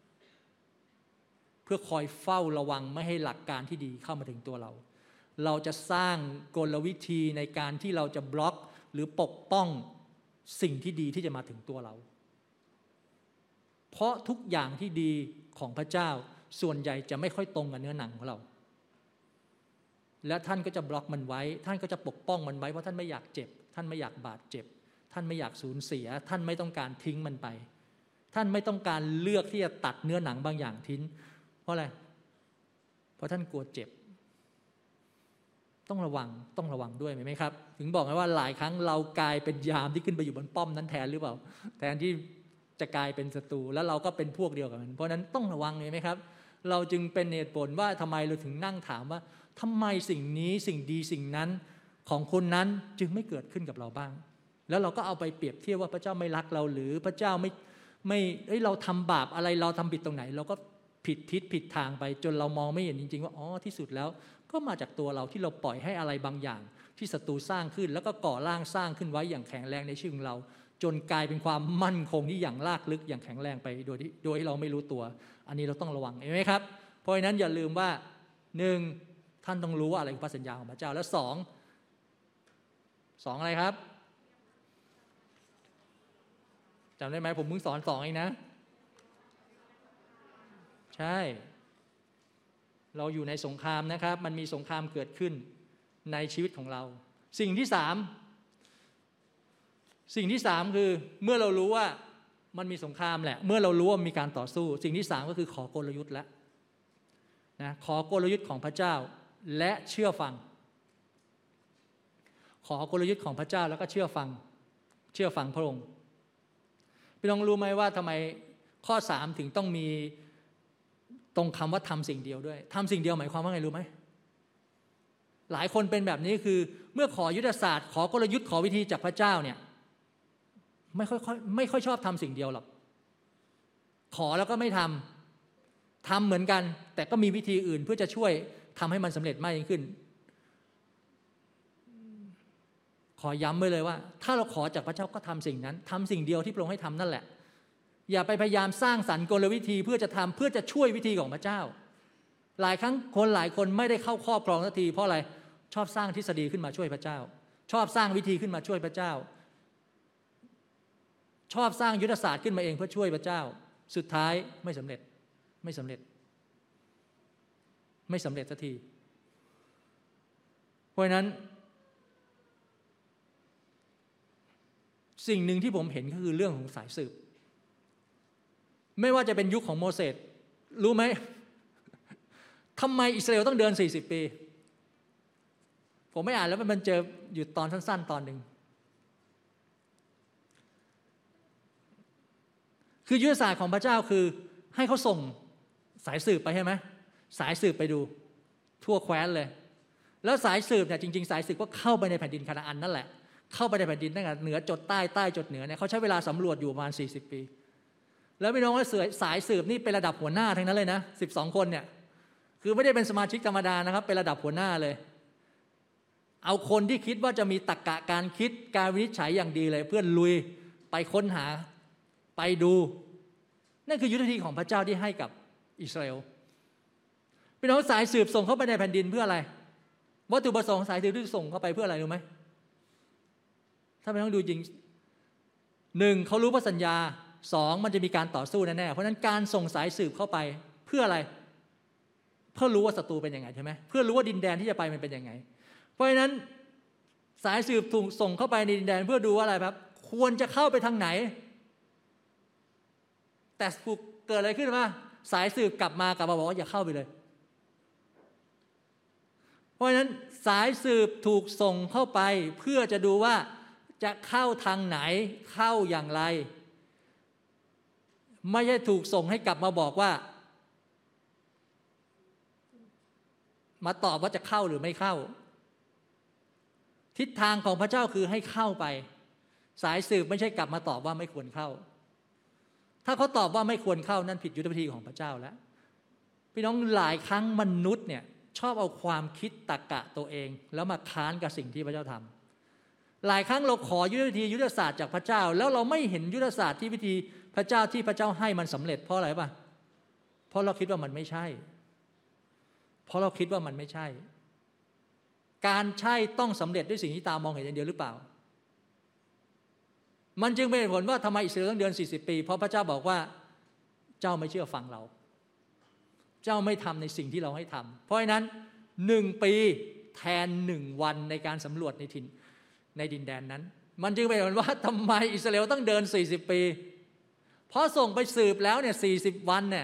เพื่อคอยเฝ้าระวังไม่ให้หลักการที่ดีเข้ามาถึงตัวเราเราจะสร้างกลวิธีในการที่เราจะบล็อกหรือปกป้องสิ่งที่ดีที่จะมาถึงตัวเราเพราะทุกอย่างที่ดีของพระเจ้าส่วนใหญ่จะไม่ค่อยตรงกับเนื้อหนังของเราและท่านก็จะบล็อกมันไว้ท่านก็จะปกป้องมันไว้เพราะท่านไม่อยากเจ็บท่านไม่อยากบาดเจ็บท่านไม่อยากสูญเสียท่านไม่ต้องการทิ้งมันไปท่านไม่ต้องการเลือกที่จะตัดเนื้อหนังบางอย่างทิ้งเพราะอะไรเพราะท่านกลัวเจ็บต้องระวังต้องระวังด้วยไหมครับถึงบอกไงว่าหลายครั้งเรากลายเป็นยามที่ขึ้นไปอยู่บนป้อมนั้นแทนหรือเปล่าแทนที่จะกลายเป็นศัตรูแล้วเราก็เป็นพวกเดียวกันเพราะนั้นต้องระวังไหมครับเราจึงเป็นเหตุผลว่าทำไมเราถึงนั่งถามว่าทำไมสิ่งนี้สิ่งดีสิ่งนั้นของคนนั้นจึงไม่เกิดขึ้นกับเราบ้างแล้วเราก็เอาไปเปรียบเทียบว่าพระเจ้าไม่รักเราหรือพระเจ้าไม่ไม่เอ้ยเราทำบาปอะไรเราทำผิดตรงไหนเราก็ผิดทิศผิดทางไปจนเรามองไม่เห็นจริงๆว่าอ๋อที่สุดแล้วก็มาจากตัวเราที่เราปล่อยให้อะไรบางอย่างที่ศัตรูสร้างขึ้นแล้วก็ก่อร่างสร้างขึ้นไว้อย่างแข็งแรงในชีวิตของเราจนกลายเป็นความมั่นคงที่อย่างลากลึกอย่างแข็งแรงไปโดยที่โดยที่เราไม่รู้ตัวอันนี้เราต้องระวังเห็นไหมครับเพราะฉะนั้นอย่าลืมว่าหนึ่งท่านต้องรู้ว่าอะไรคือพระสัญญาของพระเจ้าและสองสองอะไรครับจำได้ไหมผมเพิ่งสอนสองเองนะใช่เราอยู่ในสงครามนะครับมันมีสงครามเกิดขึ้นในชีวิตของเราสิ่งที่สามสิ่งที่สามคือเมื่อเรารู้ว่ามันมีสงครามแหละเมื่อเรารู้ว่ามีการต่อสู้สิ่งที่สามก็คือขอกลยุทธ์แล้วนะขอกลยุทธ์ของพระเจ้าและเชื่อฟังขอกลยุทธ์ของพระเจ้าแล้วก็เชื่อฟังเชื่อฟังพระองค์พี่น้องรู้ไหมว่าทำไมข้อสามถึงต้องมีตรงคำว่าทำสิ่งเดียวด้วยทำสิ่งเดียวหมายความว่าไงรู้ไหมหลายคนเป็นแบบนี้คือเมื่อขอยุทธศาสตร์ขอกลยุทธ์ขอวิธีจากพระเจ้าเนี่ยไม่ค่อยไม่ค่อยชอบทำสิ่งเดียวหรอกขอแล้วก็ไม่ทำทำเหมือนกันแต่ก็มีวิธีอื่นเพื่อจะช่วยทำให้มันสำเร็จมากยิ่งขึ้นขอย้ำไว้เลยว่าถ้าเราขอจากพระเจ้าก็ทำสิ่งนั้นทำสิ่งเดียวที่พระองค์ให้ทำนั่นแหละอย่าไปพยายามสร้างสรรค์กลวิธีเพื่อจะทำเพื่อจะช่วยวิธีของพระเจ้าหลายครั้งคนหลายคนไม่ได้เข้าครอบครองสักทีเพราะอะไรชอบสร้างทฤษฎีขึ้นมาช่วยพระเจ้าชอบสร้างวิธีขึ้นมาช่วยพระเจ้าชอบสร้างยุทธศาสตร์ขึ้นมาเองเพื่อช่วยพระเจ้าสุดท้ายไม่สำเร็จไม่สำเร็จไม่สำเร็จสักทีเพราะฉะนั้นสิ่งหนึ่งที่ผมเห็นก็คือเรื่องของสายสืบไม่ว่าจะเป็นยุคของโมเสสรู้ไหมทำไมอิสราเอลต้องเดินสี่สิบปีผมไม่อ่านแล้วมันเจออยู่ตอนสั้นๆตอนหนึ่งคือยุทธศาสตร์ของพระเจ้าคือให้เขาส่งสายสืบไปใช่ไหมสายสืบไปดูทั่วแคว้นเลยแล้วสายสืบเนี่ยจริงๆสายสืบก็เข้าไปในแผ่นดินคานาอันนั่นแหละเข้าไปในแผ่นดินตั้งแต่เหนือจดใต้ใต้จดเหนือเนี่ยเขาใช้เวลาสำรวจอยู่ประมาณสี่สิบปีแล้วพี่น้องว่าสายสืบนี่เป็นระดับหัวหน้าทั้งนั้นเลยนะสิบสองคนเนี่ยคือไม่ได้เป็นสมาชิกธรรมดานะครับเป็นระดับหัวหน้าเลยเอาคนที่คิดว่าจะมีตรรกะการคิดการวินิจฉัยอย่างดีเลยเพื่อนลุยไปค้นหาไปดูนั่นคือยุทธวิธีของพระเจ้าที่ให้กับอิสราเอลพี่น้องสายสืบส่งเข้าไปในแผ่นดินเพื่ออะไรวัตถุประสงค์สายสืบที่ส่งเข้าไปเพื่ออะไรรู้ไหมถ้าพี่น้องดูจริงหนึ่งเขารู้พระสัญญาสองมันจะมีการต่อสู้แน่ๆเพราะฉะนั้นการส่งสายสืบเข้าไปเพื่ออะไรเพื่อรู้ว่าศัตรูเป็นยังไงใช่ไหมเพื่อรู้ว่าดินแดนที่จะไปมันเป็นยังไงเพราะฉะนั้นสายสืบถูกส่งเข้าไปในดินแดนเพื่อดูว่าอะไรครับควรจะเข้าไปทางไหนแต่เกิดอะไรขึ้นมาสายสืบกลับมากลับมาบอกว่าอย่าเข้าไปเลยเพราะฉะนั้นสายสืบถูกส่งเข้าไปเพื่อจะดูว่าจะเข้าทางไหนเข้าอย่างไรไม่ใช่ถูกส่งให้กลับมาบอกว่ามาตอบว่าจะเข้าหรือไม่เข้าทิศทางของพระเจ้าคือให้เข้าไปสายสืบไม่ใช่กลับมาตอบว่าไม่ควรเข้าถ้าเขาตอบว่าไม่ควรเข้านั่นผิดยุทธวิธีของพระเจ้าแล้วพี่น้องหลายครั้งมนุษย์เนี่ยชอบเอาความคิดตรรกะตัวเองแล้วมาค้านกับสิ่งที่พระเจ้าทำหลายครั้งเราขอยุทธวิธียุทธศาสตร์จากพระเจ้าแล้วเราไม่เห็นยุทธศาสตร์ที่วิธีพระเจ้าที่พระเจ้าให้มันสำเร็จเพราะอะไรป่ะเพราะเราคิดว่ามันไม่ใช่เพราะเราคิดว่ามันไม่ใช่การใช่ต้องสำเร็จด้วยสิ่งที่ตามองเห็นอย่างเดียวหรือเปล่ามันจึงเป็นเหตุผลว่าทำไมอิสราเอลต้องเดินสี่สิบปีเพราะพระเจ้าบอกว่าเจ้าไม่เชื่อฟังเราเจ้าไม่ทำในสิ่งที่เราให้ทำเพราะฉะนั้นหนึ่งปีแทนหนึ่งวันในการสำรวจในถิ่นในดินแดนนั้นมันจึงเป็นเหตุผลว่าทำไมอิสราเอลต้องเดินสี่สิบปีเพราะส่งไปสืบแล้วเนี่ยสี่สิบวันเนี่ย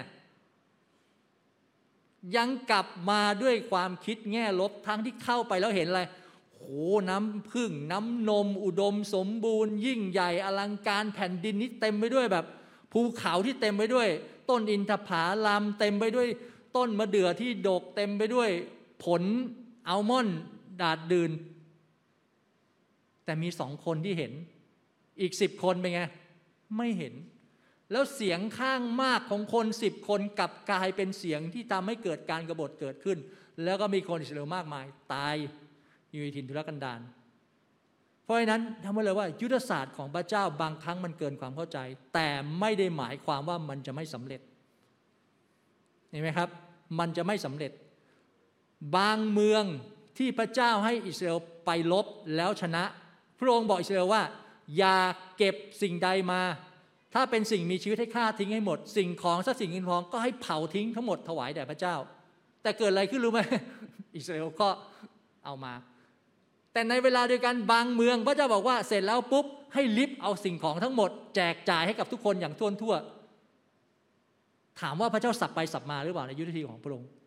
ยังกลับมาด้วยความคิดแง่ลบทั้งที่เข้าไปแล้วเห็นอะไรโหน้ำพึ่งน้ำนมอุดมสมบูรณ์ยิ่งใหญ่อลังการแผ่นดินนี้เต็มไปด้วยแบบภูเขาที่เต็มไปด้วยต้นอินทผลัมเต็มไปด้วยต้นมะเดื่อที่ดกเต็มไปด้วยผลอัลมอนด์ดาดดื่นแต่มีสองคนที่เห็นอีกสิบคนเป็นไงไม่เห็นแล้วเสียงข้างมากของคนสิบคนกลับกลายเป็นเสียงที่ทำให้เกิดการกบฏเกิดขึ้นแล้วก็มีคนอิสราเอลมากมายตายอยู่ในถิ่นทุรกันดารเพราะฉะนั้นทำให้เลยว่ายุทธศาสตร์ของพระเจ้าบางครั้งมันเกินความเข้าใจแต่ไม่ได้หมายความว่ามันจะไม่สำเร็จเห็นไหมครับมันจะไม่สำเร็จบางเมืองที่พระเจ้าให้อิสราเอลไปลบแล้วชนะพระองค์บอกอิสราเอลว่าอย่าเก็บสิ่งใดมาถ้าเป็นสิ่งมีชีวิตให้ฆ่าทิ้งให้หมดสิ่งของทรัพย์สินเงินทองก็ให้เผาทิ้งทั้งหมดถวายแด่พระเจ้าแต่เกิดอะไรขึ้นรู้ไหม อิสราเอลก็เอามาแต่ในเวลาเดียวกันบางเมืองพระเจ้าบอกว่าเสร็จแล้วปุ๊บให้ลิฟต์เอาสิ่งของทั้งหมดแจกจ่ายให้กับทุกคนอย่างทั่วทั่วถามว่าพระเจ้าสับไปสับมาหรือเปล่าในยุทธวิธีของพระองค์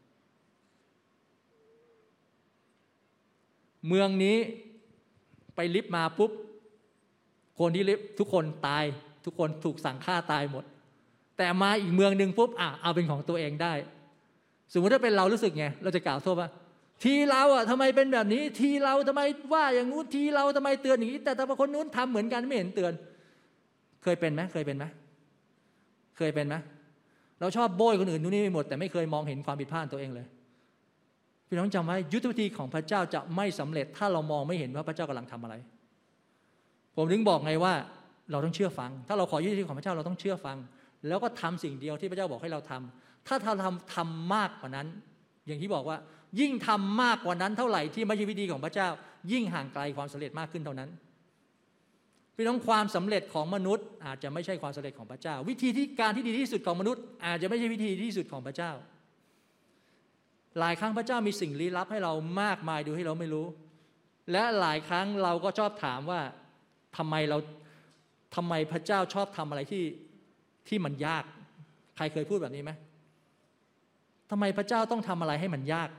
เมืองนี้ไปลิฟต์มาปุ๊บคนที่ลิฟต์ทุกคนตายทุกคนถูกสั่งฆ่าตายหมดแต่มาอีกเมืองหนึ่งปุ๊บอ่ะเอาเป็นของตัวเองได้สมมติถ้าเป็นเรารู้สึกไงเราจะกล่าวโทษว่าทีเราอ่ะทำไมเป็นแบบนี้ทีเราทำไมว่าอย่างงู้นทีเราทำไมเตือนอย่างนี้แต่แต่คนนู้นทำเหมือนกันไม่เห็นเตือนเคยเป็นไหมเคยเป็นไหมเคยเป็นไหมเราชอบโบยคนอื่นนู่นนี่ไม่หมดแต่ไม่เคยมองเห็นความผิดพลาดตัวเองเลยพี่น้องจำไว้ยุทธวิธีของพระเจ้าจะไม่สำเร็จถ้าเรามองไม่เห็นว่าพระเจ้ากำลังทำอะไรผมถึงบอกไงว่าเราต้องเชื่อฟังถ้าเราขอยุทธวิธีของพระเจ้าเราต้องเชื่อฟังแล้วก็ทำสิ่งเดียวที่พระเจ้าบอกให้เราทำถ้าเราทำทำมากกว่านั้นอย่างที่บอกว่ายิ่งทำมากกว่านั้นเท่าไหร่ที่ไม่ใช่วิธีของพระเจ้ายิ่งห่างไกลความสำเร็จมากขึ้นเท่านั้นพี่น้องความสำเร็จของมนุษย์อาจจะไม่ใช่ความสำเร็จของพระเจ้าวิธีที่การที่ดีที่สุดของมนุษย์อาจจะไม่ใช่วิธีที่สุดของพระเจ้าหลายครั้งพระเจ้ามีสิ่งลี้ลับให้เรามากมายโดยให้เราไม่รู้และหลายครั้งเราก็ชอบถามว่าทำไมเราทำไมพระเจ้าชอบทำอะไรที่ที่มันยากใครเคยพูดแบบนี้ไหมทำไมพระเจ้าต้องทำอะไรให้มันยาก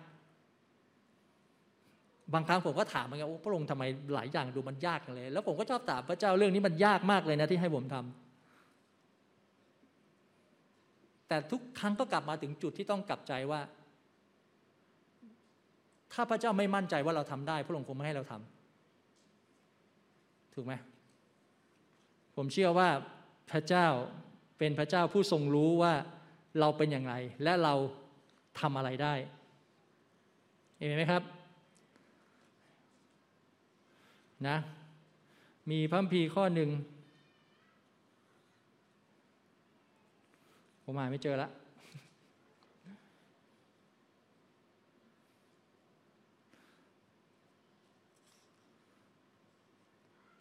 บางครั้งผมก็ถามเหมือนกันพระองค์ทำไมหลายอย่างดูมันยากเลยแล้วผมก็ชอบถามพระเจ้าเรื่องนี้มันยากมากเลยนะที่ให้ผมทำแต่ทุกครั้งก็กลับมาถึงจุดที่ต้องกลับใจว่าถ้าพระเจ้าไม่มั่นใจว่าเราทำได้พระองค์คงไม่ให้เราทำถูกไหมผมเชื่อว่าพระเจ้าเป็นพระเจ้าผู้ทรงรู้ว่าเราเป็นอย่างไรและเราทำอะไรได้เห็นไหมครับนะมีพระคัมภีร์ข้อหนึ่งผมหาไม่เจอละ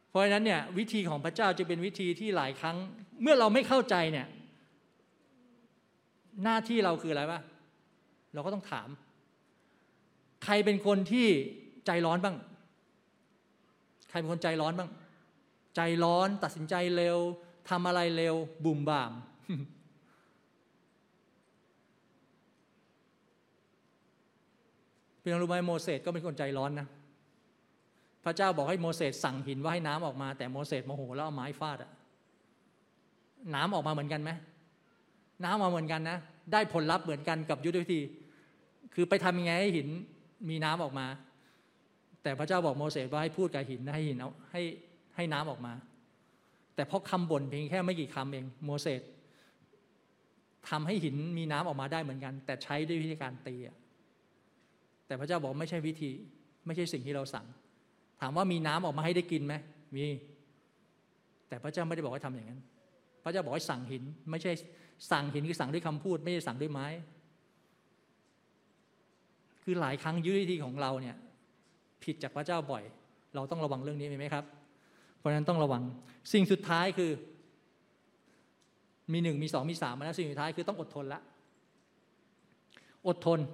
เพราะฉะนั้นเนี่ยวิธีของพระเจ้าจะเป็นวิธีที่หลายครั้งเมื่อเราไม่เข้าใจเนี่ยหน้าที่เราคืออะไรวะเราก็ต้องถามใครเป็นคนที่ใจร้อนบ้างใครเป็นคนใจร้อนบ้างใจร้อนตัดสินใจเร็วทำอะไรเร็วบุ่มบ่ามพี่น้องรู้ไหมโมเสสก็เป็นคนใจร้อนนะพระเจ้าบอกให้โมเสสสั่งหินว่าให้น้ำออกมาแต่โมเสสโมโหแล้วเอาไม้ฟาดอะน้ำออกมาเหมือนกันไหมน้ำออกมาเหมือนกันนะได้ผลลัพธ์เหมือนกันกับยุทธวิธีคือไปทำยังไงให้หินมีน้ำออกมาแต่พระเจ้าบอกโมเสสว่าให้พูดกับหินให้หินเอาให้ให้น้ำออกมาแต่เพราะคำบ่นเพียงแค่ไม่กี่คำเองโมเสสทำให้หินมีน้ำออกมาได้เหมือนกันแต่ใช้ด้วยวิธีการตีแต่พระเจ้าบอกไม่ใช่วิธีไม่ใช่สิ่งที่เราสั่งถามว่ามีน้ำออกมาให้ได้กินไหมมีแต่พระเจ้าไม่ได้บอกให้ทำอย่างนั้นพระเจ้าบอกให้สั่งหินไม่ใช่สั่งหินคือสั่งด้วยคำพูดไม่ใช่สั่งด้วยไม้คือหลายครั้งยุทธวิธีของเราเนี่ยผิดจากพระเจ้าบ่อยเราต้องระวังเรื่องนี้ไหมครับเพราะฉะนั้นต้องระวังสิ่งสุดท้ายคือมีหนึ่งมีสองมีสามมาแล้วสิ่งสุดท้ายคือต้องอดทนละอดทน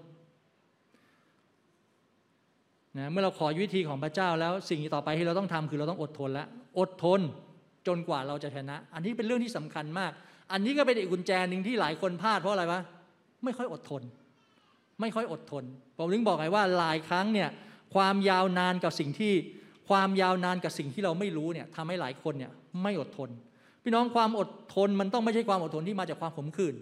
นะเมื่อเราขอวิธีของพระเจ้าแล้วสิ่งต่อไปที่เราต้องทำคือเราต้องอดทนแล้วอดทนจนกว่าเราจะชนะอันนี้เป็นเรื่องที่สำคัญมากอันนี้ก็เป็นอีกกุญแจหนึ่งที่หลายคนพลาดเพราะอะไรวะไม่ค่อยอดทนไม่ค่อยอดทนผมถึงบอกไงว่าหลายครั้งเนี่ยความยาวนานกับสิ่งที่ความยาวนานกับสิ่งที่เราไม่รู้เนี่ยทำให้หลายคนเนี่ยไม่อดทนพี่น้องความอดทนมันต้องไม่ใช่ความอดทนที่มาจากความขมขื่น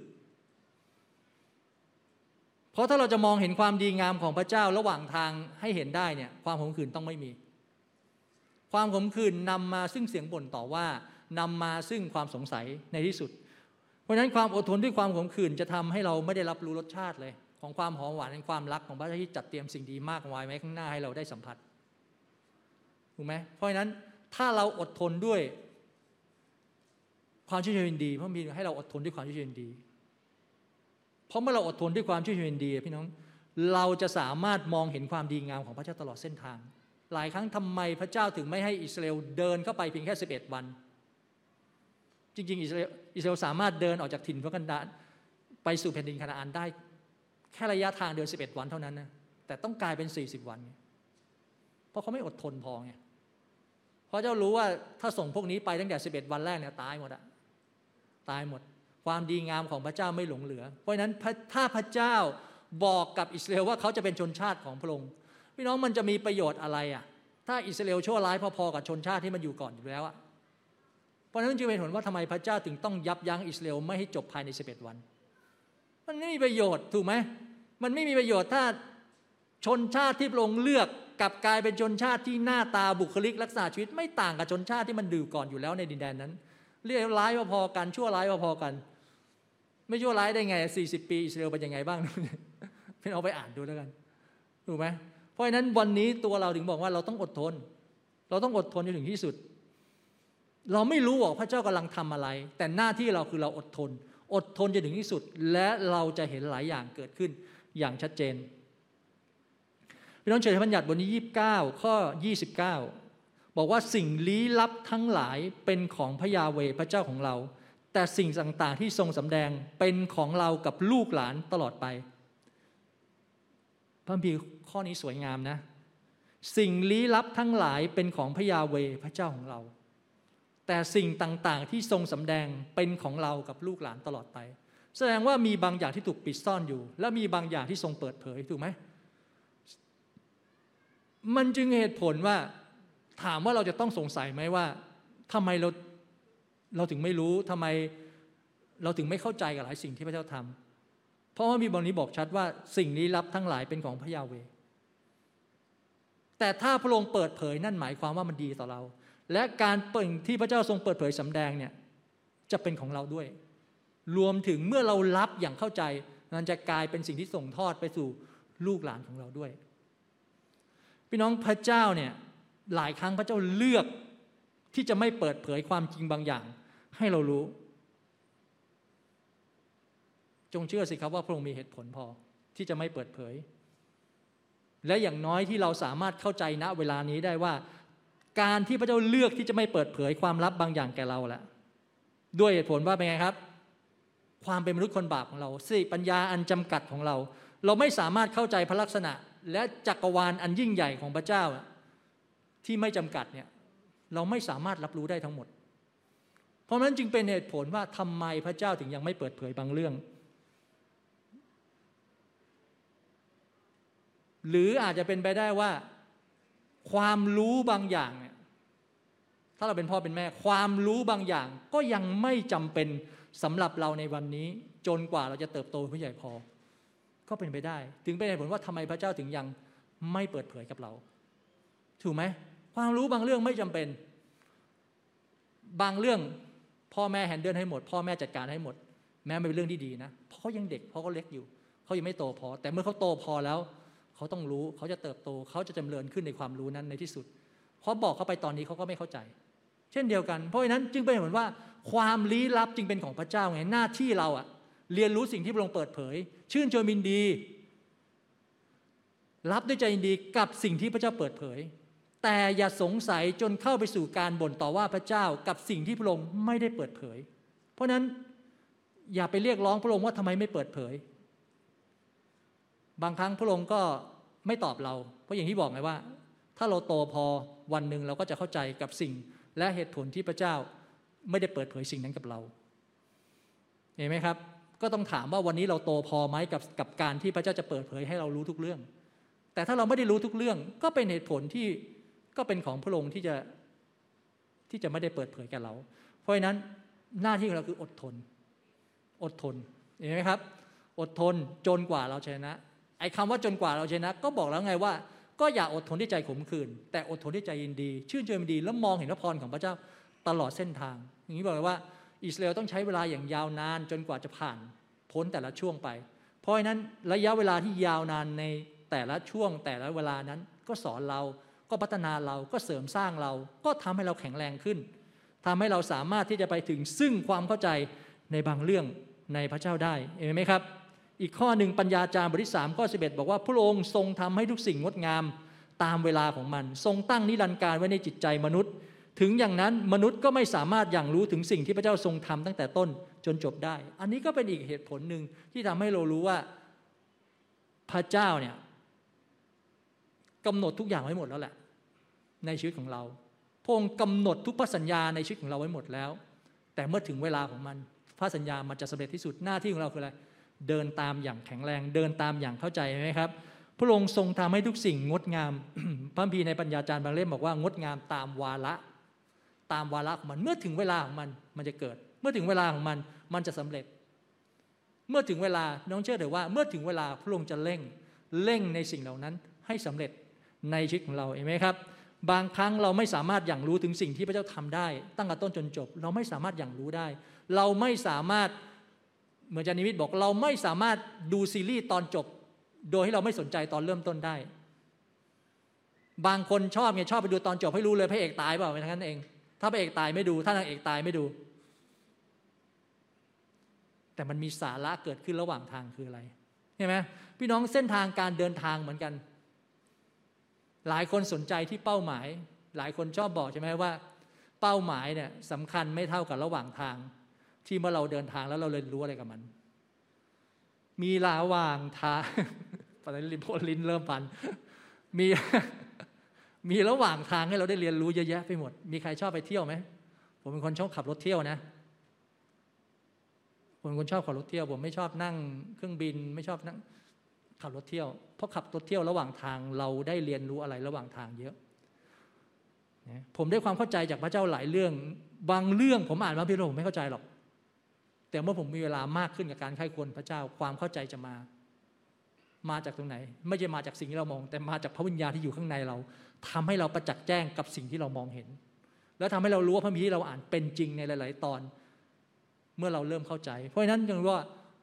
เพราะถ้าเราจะมองเห็นความดีงามของพระเจ้าระหว่างทางให้เห็นได้เนี่ยความขมขื่นต้องไม่มีความขมขื่นนำมาซึ่งเสียงบ่นต่อว่านำมาซึ่งความสงสัยในที่สุดเพราะฉะนั้นความอดทนด้วยความขมขื่นจะทำให้เราไม่ได้รับรู้รสชาติเลยของความหอมหวานในความรักของพระเจ้าที่จัดเตรียมสิ่งดีมากมายไว้ข้างหน้าให้เราได้สัมผัสถูกไหมเพราะฉะนั้นถ้าเราอดทนด้วยความช่วยเหลือยินดีเพราะมีให้เราอดทนด้วยความช่วยเหลือยินดีเพราะเมื่อเราอดทนด้วยความช่วยเหลือยินดีพี่น้องเราจะสามารถมองเห็นความดีงามของพระเจ้าตลอดเส้นทางหลายครั้งทำไมพระเจ้าถึงไม่ให้อิสราเอลเดินเข้าไปเพียงแค่สิบเอ็ดวันจริงๆอิสราเอลอิสราเอลสามารถเดินออกจากถิ่นทุรกันดารไปสู่แผ่นดินคานาอันได้แค่ระยะทางเดินสิบเอ็ดวันเท่านั้นนะแต่ต้องกลายเป็นสี่สิบวันเพราะเขาไม่อดทนพอไงเพราะเจ้ารู้ว่าถ้าส่งพวกนี้ไปตั้งแต่สิบเอ็ดวันแรกเนี่ยตายหมดอะตายหมดความดีงามของพระเจ้าไม่หลงเหลือเพราะฉะนั้นถ้าพระเจ้าบอกกับอิสราเอลว่าเขาจะเป็นชนชาติของพระองค์พี่น้องมันจะมีประโยชน์อะไรอะถ้าอิสราเอลชั่วร้ายพอๆกับชนชาติที่มันอยู่ก่อนอยู่แล้วอะเพราะฉะนั้นจึงเป็นผลว่าทำไมพระเจ้าถึงต้องยับยั้งอิสราเอลไม่ให้จบภายในสิบเอ็ดวันมันไม่มีประโยชน์ถูกไหมมันไม่มีประโยชน์ถ้าชนชาติที่พระองค์เลือกกลับกลายเป็นชนชาติที่หน้าตาบุคลิกลักษณะชีวิตไม่ต่างกับชนชาติที่มันดื่มก่อนอยู่แล้วในดินแดนนั้นเรียกร้ายพอๆกันชั่วร้ายพอๆกันไม่ชั่วร้ายได้ไงสี่สิบปีอิสราเอลเป็นยังไงบ้างพี่เอาไปอ่านดูแล้วกันถูกไหมเพราะฉะนั้นวันนี้ตัวเราถึงบอกว่าเราต้องอดทนเราต้องอดทนจนถึงที่สุดเราไม่รู้ว่าพระเจ้ากำลังทำอะไรแต่หน้าที่เราคือเราอดทนอดทนจนถึงที่สุดและเราจะเห็นหลายอย่างเกิดขึ้นอย่างชัดเจนพี่น้องเฉยบัญญัติบทที่ยี่สิบเก้าข้อยี่สิบเก้าบอกว่าสิ่งลี้ลับทั้งหลายเป็นของพระยาเวห์พระเจ้าของเราแต่สิ่งต่างๆที่ทรงสำแดงเป็นของเรากับลูกหลานตลอดไปพระคัมภีร์ข้อนี้สวยงามนะสิ่งลี้ลับทั้งหลายเป็นของพระยาเวห์พระเจ้าของเราแต่สิ่งต่างๆที่ทรงสำแดงเป็นของเรากับลูกหลานตลอดไปแสดงว่ามีบางอย่างที่ถูกปิดซ่อนอยู่และมีบางอย่างที่ทรงเปิดเผยถูกไหมมันจึงเหตุผลว่าถามว่าเราจะต้องสงสัยไหมว่าทำไมเราเราถึงไม่รู้ทำไมเราถึงไม่เข้าใจกับหลายสิ่งที่พระเจ้าทำเพราะว่ามีบางนี้บอกชัดว่าสิ่งลี้ลับทั้งหลายเป็นของพระยาเวห์แต่ถ้าพระองค์เปิดเผยนั่นหมายความว่ามันดีต่อเราและการเปิดที่พระเจ้าทรงเปิดเผยสำแดงเนี่ยจะเป็นของเราด้วยรวมถึงเมื่อเรารับอย่างเข้าใจมันจะกลายเป็นสิ่งที่ส่งทอดไปสู่ลูกหลานของเราด้วยพี่น้องพระเจ้าเนี่ยหลายครั้งพระเจ้าเลือกที่จะไม่เปิดเผยความจริงบางอย่างให้เรารู้จงเชื่อสิครับว่าพระองค์มีเหตุผลพอที่จะไม่เปิดเผยและอย่างน้อยที่เราสามารถเข้าใจณเวลานี้ได้ว่าการที่พระเจ้าเลือกที่จะไม่เปิดเผยความลับบางอย่างแก่เราแหละด้วยเหตุผลว่าเป็นไงครับความเป็นมนุษย์คนบาปของเราสติปัญญาอันจำกัดของเราเราไม่สามารถเข้าใจพระลักษณะและจักรวาลอันยิ่งใหญ่ของพระเจ้าที่ไม่จำกัดเนี่ยเราไม่สามารถรับรู้ได้ทั้งหมดเพราะฉะนั้นจึงเป็นเหตุผลว่าทำไมพระเจ้าถึงยังไม่เปิดเผยบางเรื่องหรืออาจจะเป็นไปได้ว่าความรู้บางอย่างเนี่ยถ้าเราเป็นพ่อเป็นแม่ความรู้บางอย่างก็ยังไม่จำเป็นสำหรับเราในวันนี้จนกว่าเราจะเติบโตเป็นผู้ใหญ่พอก็เป็นไปได้ถึงเป็นเหตุผลว่าทำไมพระเจ้าถึงยังไม่เปิดเผยกับเราถูกไหมความรู้บางเรื่องไม่จำเป็นบางเรื่องพ่อแม่แฮนเดิลให้หมดพ่อแม่จัดการให้หมดแม้ไม่เป็นเรื่องที่ดีนะเพราะเขายังเด็กเพราะเขาเล็กอยู่เขายังไม่โตพอแต่เมื่อเขาโตพอแล้วเขาต้องรู้เขาจะเติบโตเขาจะจำเริญขึ้นในความรู้นั้นในที่สุดเพราะบอกเขาไปตอนนี้เขาก็ไม่เข้าใจเช่นเดียวกันเพราะฉะนั้นจึงเป็นเหมือนว่าความลี้ลับจึงเป็นของพระเจ้าไงหน้าที่เราอะเรียนรู้สิ่งที่พระองค์เปิดเผยชื่นชมยินดีรับด้วยใจยินดีกับสิ่งที่พระเจ้าเปิดเผยแต่อย่าสงสัยจนเข้าไปสู่การบ่นต่อว่าพระเจ้ากับสิ่งที่พระองค์ไม่ได้เปิดเผยเพราะนั้นอย่าไปเรียกร้องพระองค์ว่าทำไมไม่เปิดเผยบางครั้งพระองค์ก็ไม่ตอบเราเพราะอย่างที่บอกไงว่าถ้าเราโตพอวันหนึ่งเราก็จะเข้าใจกับสิ่งและเหตุผลที่พระเจ้าไม่ได้เปิดเผยสิ่งนั้นกับเราเห็นไหมครับก็ต้องถามว่าวันนี้เราโตพอไหมกับกับการที่พระเจ้าจะเปิดเผยให้เรารู้ทุกเรื่องแต่ถ้าเราไม่ได้รู้ทุกเรื่องก็เป็นเหตุผลที่ก็เป็นของพระองค์ที่จะที่จะไม่ได้เปิดเผยแก่เราเพราะฉะนั้นหน้าที่ของเราคืออดทนอดทนเห็นไหมครับอดทนจนกว่าเราชนะไอ้คำว่าจนกว่าเราชนะก็บอกแล้วไงว่าก็อย่าอดทนที่ใจขมขื่นแต่อดทนที่ใจยินดีชื่นชมยินดีแล้วมองเห็นพระพรของพระเจ้าตลอดเส้นทางอย่างนี้บอกเลยว่าอิสราเอลต้องใช้เวลาอย่างยาวนานจนกว่าจะผ่านพ้นแต่ละช่วงไปเพราะฉะนั้นระยะเวลาที่ยาวนานในแต่ละช่วงแต่ละเวลานั้นก็สอนเราก็พัฒนาเราก็เสริมสร้างเราก็ทำให้เราแข็งแรงขึ้นทำให้เราสามารถที่จะไปถึงซึ่งความเข้าใจในบางเรื่องในพระเจ้าได้เห็นไหมครับอีกข้อหนึ่งปัญญาจารย์บทที่สามข้อสิบเอ็ดบอกว่าพระองค์ทรงทำให้ทุกสิ่งงดงามตามเวลาของมันทรงตั้งนิรันดร์การไว้ในจิตใจมนุษย์ถึงอย่างนั้นมนุษย์ก็ไม่สามารถอย่างรู้ถึงสิ่งที่พระเจ้าทรงทำตั้งแต่ต้นจนจบได้อันนี้ก็เป็นอีกเหตุผลหนึ่งที่ทำให้เรารู้ว่าพระเจ้าเนี่ยกำหนดทุกอย่างไว้หมดแล้วแหละในชีวิตของเราพระองค์กำหนดทุกพระสัญญาในชีวิตของเราไว้หมดแล้วแต่เมื่อถึงเวลาของมันพระสัญญามันจะสำเร็จที่สุดหน้าที่ของเราคืออะไรเดินตามอย่างแข็งแรงเดินตามอย่างเข้าใจไหมครับพระองค์ทรงทำให้ทุกสิ่งงดงาม พระคัมภีร์ในปัญญาจารย์บางเล่มบอกว่างดงามตามวาระตามวาระของมันเมื่อถึงเวลาของมันมันจะเกิดเมื่อถึงเวลาของมันมันจะสำเร็จเมื่อถึงเวลาน้องเชื่อเถอะว่าเมื่อถึงเวลาพระองค์จะเร่งเร่งในสิ่งเหล่านั้นให้สำเร็จในชีวิตของเราเห็นไหมครับบางครั้งเราไม่สามารถอย่างรู้ถึงสิ่งที่พระเจ้าทำได้ตั้งแต่ต้นจนจบเราไม่สามารถอย่างรู้ได้เราไม่สามารถเหมือนอาจารย์นิมิตบอกเราไม่สามารถดูซีรีส์ตอนจบโดยที่เราไม่สนใจตอนเริ่มต้นได้บางคนชอบไงชอบไปดูตอนจบให้รู้เลยพระเอกตายเปล่าเป็นทั้งนั้นเองถ้าพระเอกตายไม่ดูถ้านางเอกตายไม่ดูแต่มันมีสาระเกิดขึ้นระหว่างทางคืออะไรใช่ไหมพี่น้องเส้นทางการเดินทางเหมือนกันหลายคนสนใจที่เป้าหมายหลายคนชอบบอกใช่ไหมว่าเป้าหมายเนี่ยสำคัญไม่เท่ากับระหว่างทางที่เมื่อเราเดินทางแล้วเราเรียนรู้อะไรกับมันมีระหว่างทางตอนนี้ลิ้นพ้นลิ้นเริ่มพันมีมีระหว่างทางให้เราได้เรียนรู้เยอะแยะไปหมดมีใครชอบไปเที่ยวไหมผมเป็นคนชอบขับรถเที่ยวนะผมเป็นคนชอบขับรถเที่ยวผมไม่ชอบนั่งเครื่องบินไม่ชอบนั่งขับรถเที่ยวเพราะขับรถเที่ยวระหว่างทางเราได้เรียนรู้อะไรระหว่างทางเยอะผมได้ความเข้าใจจากพระเจ้าหลายเรื่องบางเรื่องผมอ่านมาพี่ผมไม่เข้าใจหรอกแต่เมื่อผมมีเวลามากขึ้นกับการใคร่ครวญพระเจ้าความเข้าใจจะมามาจากตรงไหนไม่ใช่มาจากสิ่งที่เรามองแต่มาจากพระวิญญาณที่อยู่ข้างในเราทำให้เราประจักษ์แจ้งกับสิ่งที่เรามองเห็นแล้วทำให้เรารู้ว่าพระคัมภีร์ที่เราอ่านเป็นจริงในหลายๆตอนเมื่อเราเริ่มเข้าใจเพราะฉะนั้นจึงว่า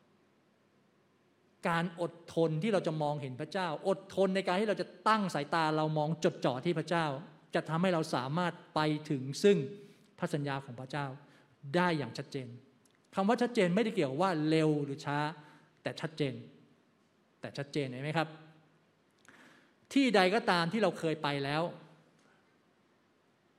การอดทนที่เราจะมองเห็นพระเจ้าอดทนในการที่เราจะตั้งสายตาเรามองจดจ่อที่พระเจ้าจะทำให้เราสามารถไปถึงซึ่งพระสัญญาของพระเจ้าได้อย่างชัดเจนคำว่าชัดเจนไม่ได้เกี่ยวว่าเร็วหรือช้าแต่ชัดเจนแต่ชัดเจนเห็นไหมครับที่ใดก็ตามที่เราเคยไปแล้ว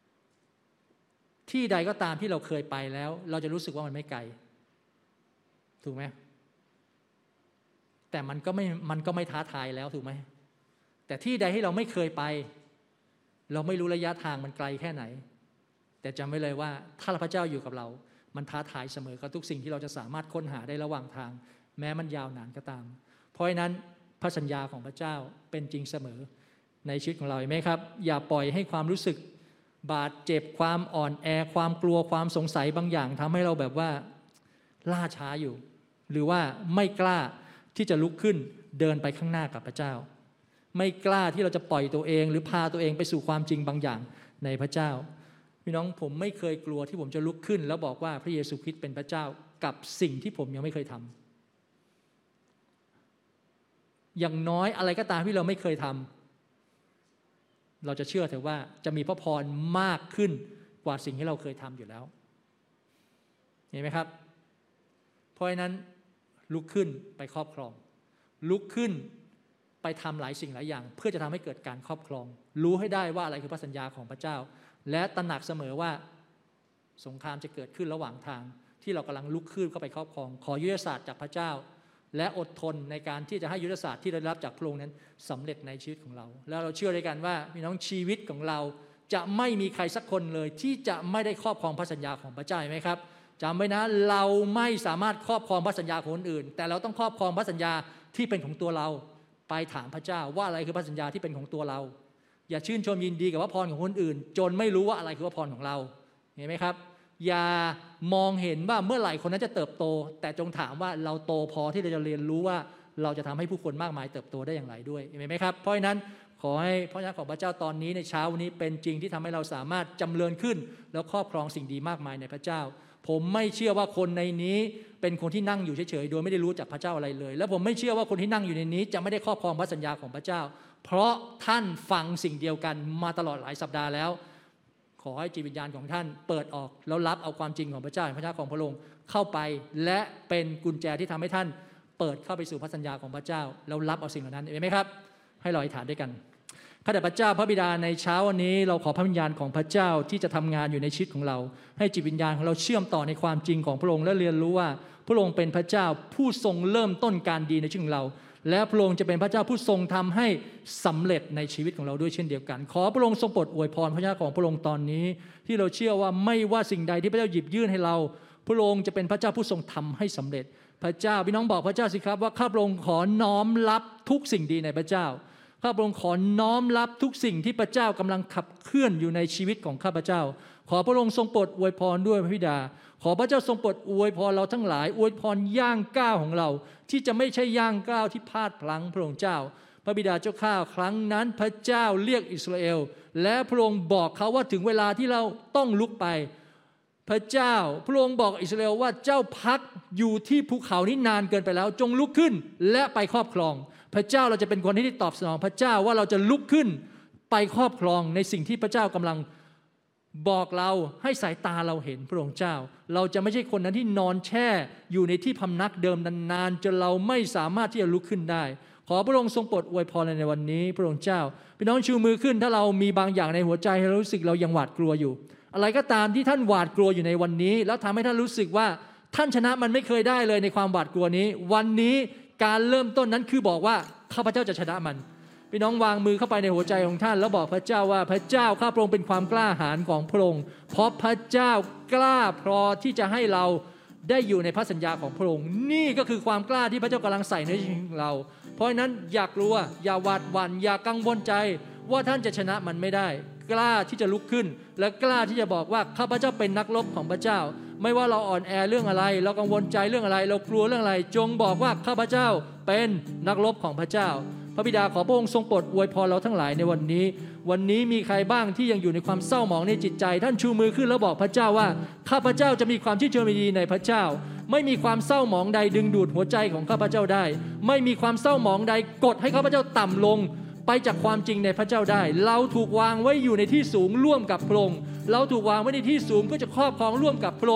ที่ใดก็ตามที่เราเคยไปแล้วเราจะรู้สึกว่ามันไม่ไกลถูกไหมแต่มันก็ไม่มันก็ไม่ท้าทายแล้วถูกไหมแต่ที่ใดที่เราไม่เคยไปเราไม่รู้ระยะทางมันไกลแค่ไหนแต่จำไว้เลยว่าถ้าพระเจ้าอยู่กับเรามันท้าทายเสมอกับทุกสิ่งที่เราจะสามารถค้นหาได้ระหว่างทางแม้มันยาวนานก็ตามเพราะฉะนั้นพระสัญญาของพระเจ้าเป็นจริงเสมอในชีวิตของเราเห็นไหมครับอย่าปล่อยให้ความรู้สึกบาดเจ็บความอ่อนแอความกลัวความสงสัยบางอย่างทำให้เราแบบว่าล่าช้าอยู่หรือว่าไม่กล้าที่จะลุกขึ้นเดินไปข้างหน้ากับพระเจ้าไม่กล้าที่เราจะปล่อยตัวเองหรือพาตัวเองไปสู่ความจริงบางอย่างในพระเจ้าพี่น้องผมไม่เคยกลัวที่ผมจะลุกขึ้นแล้วบอกว่าพระเยซูคริสต์เป็นพระเจ้ากับสิ่งที่ผมยังไม่เคยทำอย่างน้อยอะไรก็ตามที่เราไม่เคยทำเราจะเชื่อเถอะว่าจะมีพระพรมากขึ้นกว่าสิ่งที่เราเคยทำอยู่แล้วเห็นไหมครับเพราะฉะนั้นลุกขึ้นไปครอบครองลุกขึ้นไปทำหลายสิ่งหลายอย่างเพื่อจะทำให้เกิดการครอบครองรู้ให้ได้ว่าอะไรคือพระสัญญาของพระเจ้าและตระหนักเสมอว่าสงครามจะเกิดขึ้นระหว่างทางที่เรากำลังลุกขึ้นเข้าไปครอบครองขอยุทธศาสตร์จากพระเจ้าและอดทนในการที่จะให้ยุทธศาสตร์ที่ได้รับจากพระองค์นั้นสำเร็จในชีวิตของเราแล้วเราเชื่อด้วยกันว่าพี่น้องชีวิตของเราจะไม่มีใครสักคนเลยที่จะไม่ได้ครอบครองพระสัญญาของพระเจ้าไหมครับจำไว้นะเราไม่สามารถครอบครองพระสัญญาของคนอื่นแต่เราต้องครอบครองพระสัญญาที่เป็นของตัวเราไปถามพระเจ้าว่าอะไรคือพระสัญญาที่เป็นของตัวเราอย่าชื่นชมยินดีกับพระพรของคนอื่นจนไม่รู้ว่าอะไรคือพระพรของเราเห็นไหมครับอย่ามองเห็นว่าเมื่อไหร่คนนั้นจะเติบโตแต่จงถามว่าเราโตพอที่เราจะเรียนรู้ว่าเราจะทำให้ผู้คนมากมายเติบโตได้อย่างไรด้วยเห็นไหมครับเพราะฉะนั้นขอให้พระเจ้าของพระเจ้าตอนนี้ในเช้าวันนี้เป็นจริงที่ทำให้เราสามารถจำเริญขึ้นแล้วครอบครองสิ่งดีมากมายในพระเจ้าผมไม่เชื่อว่าคนในนี้เป็นคนที่นั่งอยู่เฉยๆโดยไม่ได้รู้จักพระเจ้าอะไรเลยและผมไม่เชื่อว่าคนที่นั่งอยู่ในนี้จะไม่ได้ครอบครองพระสัญญาของพระเจ้าเพราะท่านฟังสิ่งเดียวกันมาตลอดหลายสัปดาห์แล้วขอให้จิตวิญญาณของท่านเปิดออกแล้วรับเอาความจริงของพระเจ้าพระเจ้าของพระองค์เข้าไปและเป็นกุญแจที่ทำให้ท่านเปิดเข้าไปสู่พระสัญญาของพระเจ้าแล้วรับเอาสิ่งเหล่านั้นเห็นไหมครับให้เราอธิษฐานด้วยกันข้าแต่พระเจ้าพระบิดาในเช้าวันนี้เราขอพระวิญญาณของพระเจ้าที่จะทำงานอยู่ในชีวิตของเราให้จิตวิญญาณของเราเชื่อมต่อในความจริงของพระองค์และเรียนรู้ว่าพระองค์เป็นพระเจ้าผู้ทรงเริ่มต้นการดีในชีวิตของเราและพระองค์จะเป็นพระเจ้าผู้ทรงทำให้สำเร็จในชีวิตของเราด้วยเช่นเดียวกันขอพระองค์ทรงโปรดอวยพรพระเจ้าของพระองค์ตอนนี้ที่เราเชื่อว่าไม่ว่าสิ่งใดที่พระเจ้าหยิบยื่นให้เราพระองค์จะเป็นพระเจ้าผู้ทรงทำให้สำเร็จพระเจ้าพี่น้องบอกพระเจ้าสิครับว่าข้าพระองค์ขอน้อมรับทุกสิ่งดีในพระเจ้าข้าพระองค์ขอน้อมรับทุกสิ่งที่พระเจ้ากำลังขับเคลื่อนอยู่ในชีวิตของข้าพเจ้าขอพระองค์ทรงโปรดอวยพรด้วยพระบิดาขอพระเจ้าทรงโปรดอวยพรเราทั้งหลายอวยพรย่างก้าวของเราที่จะไม่ใช่ย่างก้าวที่พลาดพลั้งพระองค์เจ้าพระบิดาเจ้าข้าครั้งนั้นพระเจ้าเรียกอิสราเอลและพระองค์บอกเขาว่าถึงเวลาที่เราต้องลุกไปพระเจ้าพระองค์บอกอิสราเอลว่าเจ้าพักอยู่ที่ภูเขานี้นานเกินไปแล้วจงลุกขึ้นและไปครอบครองพระเจ้าเราจะเป็นคนที่ตอบสนองพระเจ้าว่าเราจะลุกขึ้นไปครอบครองในสิ่งที่พระเจ้ากำลังบอกเราให้สายตาเราเห็นพระองค์เจ้าเราจะไม่ใช่คนนั้นที่นอนแช่อยู่ในที่พำนักเดิมนานๆจนเราไม่สามารถที่จะลุกขึ้นได้ขอพระองค์ทรงโปรดอวยพรในวันนี้พระองค์เจ้าพี่น้องชูมือขึ้นถ้าเรามีบางอย่างในหัวใจให้เรารู้สึกเรายังหวาดกลัวอยู่อะไรก็ตามที่ท่านหวาดกลัวอยู่ในวันนี้แล้วทำให้ท่านรู้สึกว่าท่านชนะมันไม่เคยได้เลยในความหวาดกลัวนี้วันนี้การเริ่มต้นนั้นคือบอกว่าข้าพเจ้าจะชนะมันพี่น้องวางมือเข้าไปในหัวใจของท่านแล้วบอกพระเจ้าว่าพระเจ้าข้าพระองค์เป็นความกล้าหาญของพระองค์เพราะพระเจ้ากล้าพอที่จะให้เราได้อยู่ในพระสัญญาของพระองค์นี่ก็คือความกล้าที่พระเจ้ากำลังใส่ในชีวิตของเราเพราะฉะนั้นอย่ากลัวอย่าหวาดหวั่นอย่ากังวลใจว่าท่านจะชนะมันไม่ได้กล้าที่จะลุกขึ้นและกล้าที่จะบอกว่าข้าพเจ้าเป็นนักรบของพระเจ้าไม่ว่าเราอ่อนแอเรื่องอะไรเรากังวลใจเรื่องอะไรเรากลัวเรื่องอะไรจงบอกว่าข้าพเจ้าเป็นนักรบของพระเจ้าพระบิดาขอพระองค์ทรงโปรดอวยพรเราทั้งหลายในวันนี้วันนี้มีใครบ้างที่ยังอยู่ในความเศร้าหมองในจิตใจท่านชูมือขึ้นแล้วบอกพระเจ้าว่าข้าพเจ้าจะมีความชื่นชมยินดีในพระเจ้าไม่มีความเศร้าหมองใดดึงดูดหัวใจของข้าพเจ้าได้ไม่มีความเศร้าหมองใดกดให้ข้าพเจ้าต่ำลงไปจากความจริงในพระเจ้าได้เราถูกวางไว้อยู่ในที่สูงร่วมกับพระองค์เราถูกวางไว้ในที่สูงเพื่อจะครอบครองร่วมกับพระองค์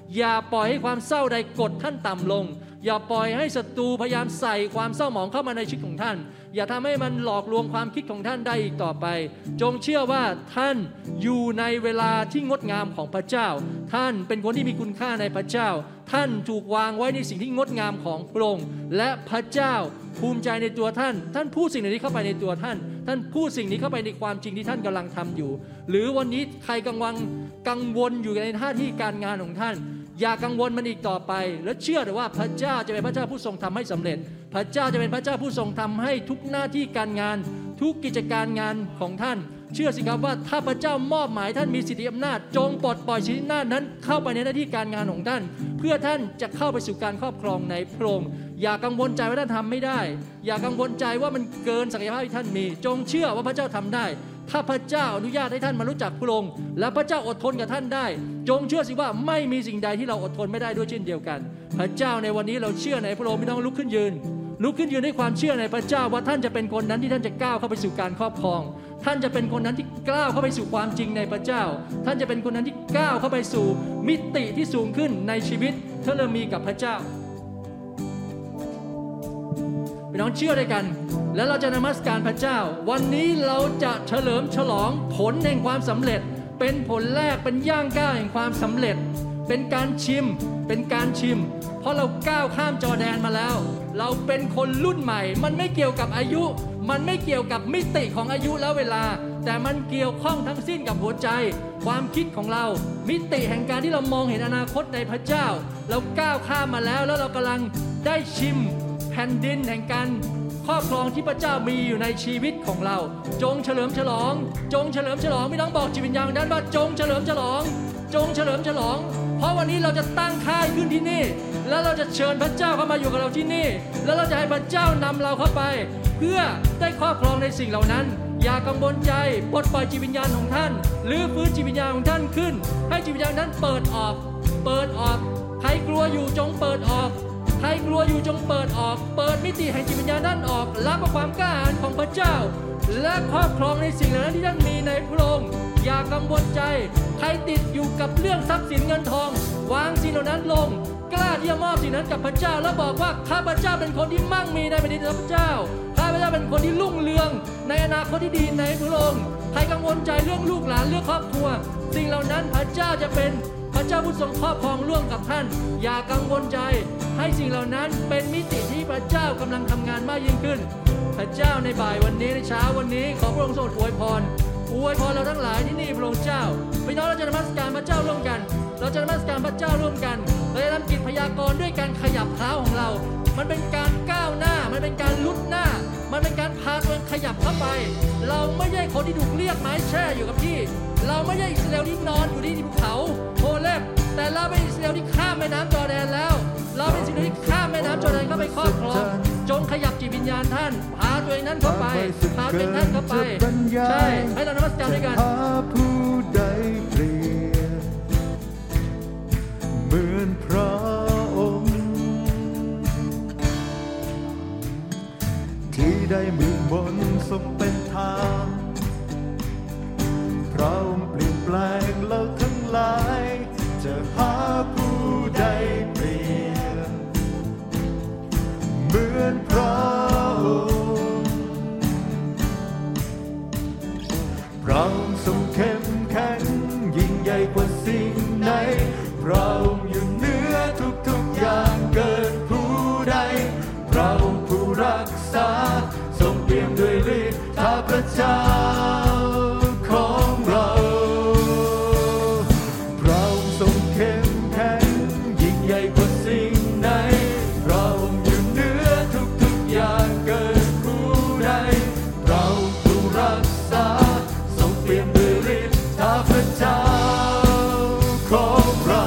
อย่าปล่อยให้ความเศร้าใดกดท่านต่ำลงอย่าปล่อยให้ศัตรูพยายามใส่ความเศร้าหมองเข้ามาในชีวิตของท่านอย่าทำให้มันหลอกลวงความคิดของท่านได้อีกต่อไปจงเชื่อว่าท่านอยู่ในเวลาที่งดงามของพระเจ้าท่านเป็นคนที่มีคุณค่าในพระเจ้าท่านถูกวางไว้ในสิ่งที่งดงามของพระองค์และพระเจ้าภูมิใจในตัวท่านท่านพูดสิ่งนี้เข้าไปในตัวท่านท่านพูดสิ่งนี้เข้าไปในความจริงที่ท่านกำลังทำอยู่หรือวันนี้ใครกังวลกังวลอยู่ในหน้าที่การงานของท่านอย่ากังวลมันอีกต่อไปและเชื่อแต่ว่าพระเจ้าจะเป็นพระเจ้าผู้ทรงทำให้สำเร็จพระเจ้าจะเป็นพระเจ้าผู้ทรงทำให้ทุกหน้าที่การงานทุกกิจการงานของท่านเชื่อสิครับว่าถ้าพระเจ้ามอบหมายท่านมีสิทธิอำนาจจงปลดปล่อยสิทธิอำนาจนั้นเข้าไปในหน้าที่การงานของท่านเพื่อท่านจะเข้าไปสู่การครอบครองในพระองค์อย่ากังวลใจว่าท่านทำไม่ได้อย่ากังวลใจว่ามันเกินศักยภาพที่ท่านมีจงเชื่อว่าพระเจ้าทำได้ถ้าพระเจ้าอนุญาตให้ท่านมารู้จักพระองค์และพระเจ้าอดทนกับท่านได้จงเชื่อสิว่าไม่มีสิ่งใดที่เราอดทนไม่ได้ด้วยเช่นเดียวกันพระเจ้าในวันนี้เราเชื่อในพระองค์พี่น้องลุกขึ้นยืนลุกขึ้นยืนด้วยความเชื่อในพระเจ้าว่าท่านจะเป็นคนนั้นที่ท่านจะก้าวเข้าไปสู่การครอบครองท่านจะเป็นคนนั้นที่ก้าวเข้าไปสู่ความจริงในพระเจ้าท่านจะเป็นคนนั้นที่ก้าวเข้าไปสู่มิติที่สูงขึ้นในชีวิตที่เรามีกับพระเจ้าพี่น้องเชื่อด้วยกันแล้วเราจะนมัสการพระเจ้าวันนี้เราจะเฉลิมฉลองผลแห่งความสำเร็จเป็นผลแรกเป็นย่างก้าวแห่งความสำเร็จเป็นการชิมเป็นการชิมเพราะเราก้าวข้ามจอร์แดนมาแล้วเราเป็นคนรุ่นใหม่มันไม่เกี่ยวกับอายุมันไม่เกี่ยวกับมิติของอายุและเวลาแต่มันเกี่ยวข้องทั้งสิ้นกับหัวใจความคิดของเรามิติแห่งการที่เรามองเห็นอนาคตในพระเจ้าเราก้าวข้ามมาแล้วแล้วเรากำลังได้ชิมแผ่นดินแห่งการครอบครองที่พระเจ้ามีอยู่ในชีวิตของเราจงเฉลิมฉลองจงเฉลิมฉลองไม่ต้องบอกจิตวิญญาณด้านว่าจงเฉลิมฉลองจงเฉลิมฉลองเพราะวันนี้เราจะตั้งค่ายขึ้นที่นี่แล้วเราจะเชิญพระเจ้าเข้ามาอยู่กับเราที่นี่แล้วเราจะให้พระเจ้านำเราเข้าไปเพื่อได้ครอบครองในสิ่งเหล่านั้นอย่ากังวลใจปลดปล่อยจิตวิญญาณของท่านหรือฟื้นจิตวิญญาณของท่านขึ้นให้จิตวิญญาณนั้นเปิดออกเปิดออกใครกลัวอยู่จงเปิดออกใครกลัวอยู่จงเปิดออกเปิดมิติแห่งจิตวิญญาณนั้นออกรับความกล้าหาญของพระเจ้าและครอบครองในสิ่งเหล่านั้นที่ท่านมีในพระองค์อย่ากังวลใจใครติดอยู่กับเรื่องทรัพย์สินเงินทองวางสิ่งเหล่านั้นลงกล้าที่จะมอบสิ่งนั้นกับพระเจ้าแล้วบอกว่าข้าพเจ้าเป็นคนที่มั่งมีในแผ่นดินพระเจ้าข้าพเจ้าเป็นคนที่รุ่งเรืองในอนาคตที่ดีในพระองค์ใครกังวลใจเรื่องลูกหลานเรื่องครอบครัวสิ่งเหล่านั้นพระเจ้าจะเป็นพระเจ้าผู้ทรงครอบครองร่วมกับท่านอย่ากังวลใจให้สิ่งเหล่านั้นเป็นมิติที่พระเจ้ากำลังทำงานมากยิ่งขึ้นพระเจ้าในบ่ายวันนี้ในเช้าวันนี้ขอพระองค์ทรงอวยพรอวยพรเราทั้งหลายที่นี่พระองค์เจ้าพี่น้องเราจะนมัสการพระเจ้าร่วมกันเราจะนมัสการพระเจ้าร่วมกันเราจะทำกิจพยากรณ์ด้วยการขยับเท้าของเรามันเป็นการก้าวหน้ามันเป็นการลุดหน้ามันเป็นการพาตัวเองขยับเข้าไปเราไม่ใช่คนที่ถูกเรียกไม้แช่อยู่กับที่เราไม่ใช่อิสราเอลที่นอนอยู่ที่ภูเขาโฮเลบแต่เราเป็นอิสราเอลที่ข้ามแม่น้ำจอร์แดนแล้วเราเป็นอิสราเอลที่ข้ามแม่น้ำจอร์แดนเข้าไปครอบครองจงขยับจิตวิญญาณท่านพาตัวเองนั้นเข้าไปพาตัวเองท่านเข้าไปใช่ให้เรานมัสการด้วยกันผู้ใดเปรียบเหมือนพระองค์ที่ได้มือมนทรงเป็นทางพระองค์เปลี่ยนแปลงเราทั้งหลายจะหาผู้ใดเปรียบเหมือนพระองค์พระองค์ทรงเข้มแข็งยิ่งใหญ่กว่าสิ่งใดพระองค์อยู่เหนือทุกๆอย่างเกินผู้ใดพระองค์ผู้รักษาทรงเปี่ยมด้วยฤทธาพระเจ้าของเราพระองค์ทรงเข้มแข็งยิ่งใหญ่กว่าสิ่งใดพระองค์อยู่เหนือทุกๆอย่างเกินผู้ใดพระองค์ผู้รักษาทรงเปี่ยมด้วยฤทธาพระเจ้าของเรา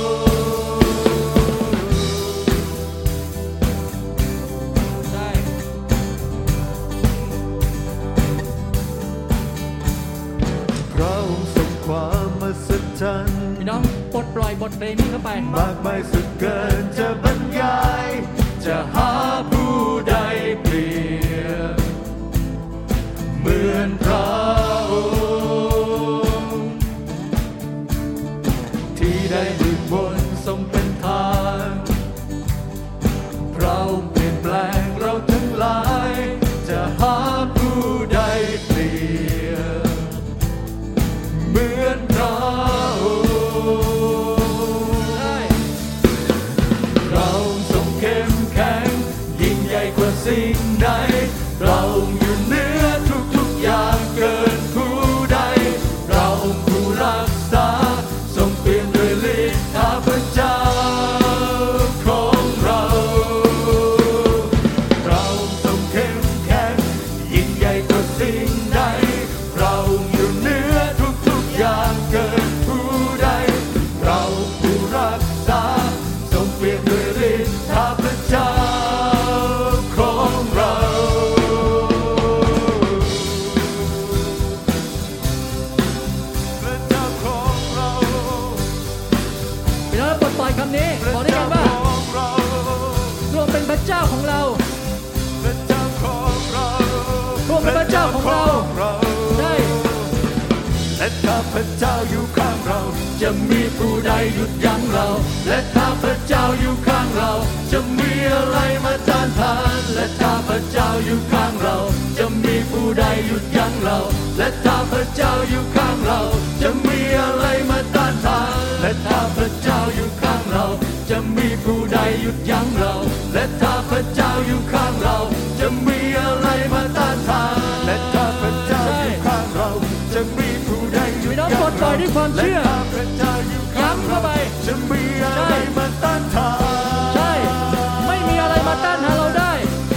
พี่น้องปลดปล่อยบทเพลงนี้เข้าไปมากมายสุดเกินจะบรรยายจะหาผู้ใดเปรียบเหมือนพระองค์ที่ได้มือมนทรงคำนี้บอกด้วยกันว่าพระองค์เป็นพระเจ้าของเราพระเจ้าของเราพระองค์เป็นพระเจ้าของเราใช่และถ้าพระเจ้าอยู่ข้างเราจะมีผู้ใดหยุดยั้งเราและถ้าพระเจ้าอยู่ข้างเราจะมีอะไรมาต้านทานและถ้าพระเจ้าอยู่ข้างเราจะมีผู้ใดหยุดยั้งเราและถ้าพระเจ้าอยู่ข้างเราจะมีอะไรมาต้านทานและถ้าพระเจ้าอยู่ข้างเราจะมีผู้ใดหยุดยั้งเราและถ้าพระเจ้าอยู่ข้างเราจะมีอะไรมาต้านทานและถ้าพระเจ้าอยู่ข้างเราจะมีผู้ใดหยุดยั้งเราปล่อยด้วยความเชื่อย้ำเข้าไปจะมีอะไรมาต้านทานใช่ไม่มีอะไรมาต้านทานเราได้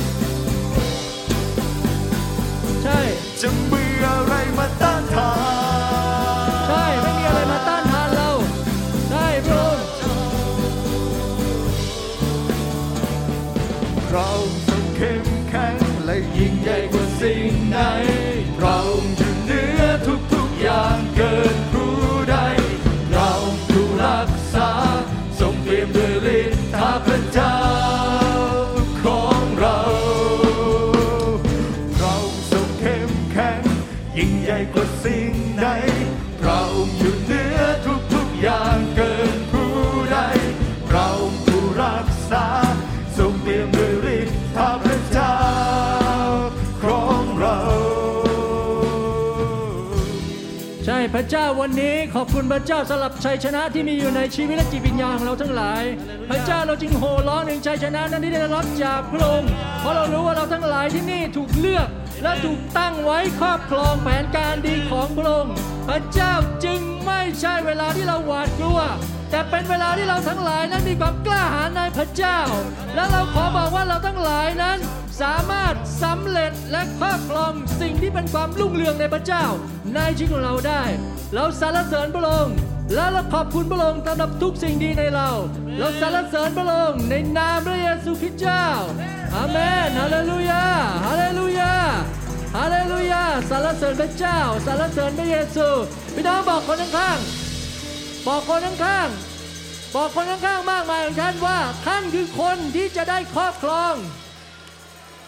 ใช่จะมีอะไรมาต้านทานใช่ไม่มีอะไรมาต้านทานเราใช่พระองค์เราทรงเข้มแข็งและยิ่งใหญ่กว่าสิ่งใดเราอยู่เหนือทุกๆอย่างเกินผู้ใดเราผู้รักษาทรงเปี่ยมด้วยฤทธาพระเจ้าของเราเราทรงเข้มแข็งยิ่งใหญ่กว่าสิ่งใดเราอยู่เหนือทุกๆอย่างเกินผู้ใดเราผู้รักษาทรงเปี่ยมด้วยฤทธาพระเจ้าของเราใช่พระเจ้าวันนี้ขอบคุณพระเจ้าสำหรับชัยชนะที่มีอยู่ในชีวิตและจิตวิญญาณของเราทั้งหลายพระเจ้าเราจึงโห่ร้องถึงชัยชนะนั้นที่ได้รับจากพระองค์เพราะเรารู้ว่าเราทั้งหลายที่นี่ถูกเลือกและถูกตั้งไว้ครอบครองแผนการดีของพระองค์พระเจ้าจึงไม่ใช่เวลาที่เราหวาดกลัวแต่เป็นเวลาที่เราทั้งหลายนั้นมีความกล้าหาญในพระเจ้าและเราขอบอกว่าเราทั้งหลายนั้นสามารถสำเร็จและครอบครองสิ่งที่เป็นความรุ่งเรืองในพระเจ้าในชีวิตของเราได้เราสรรเสริญพระองค์และเราขอบคุณพระองค์สำหรับทุกสิ่งดีในเราเราสรรเสริญพระองค์ในนามพระเยซูคริสต์เจ้าอาเมนฮาเลลูยาฮาเลลูยาฮาเลลูยาสรรเสริญพระเจ้าสรรเสริญพระเยซูพี่น้องบอกคนข้างๆบอกคนข้างๆบอกคนข้างๆมากมายของท่านว่าท่านคือคนที่จะได้ครอบครอง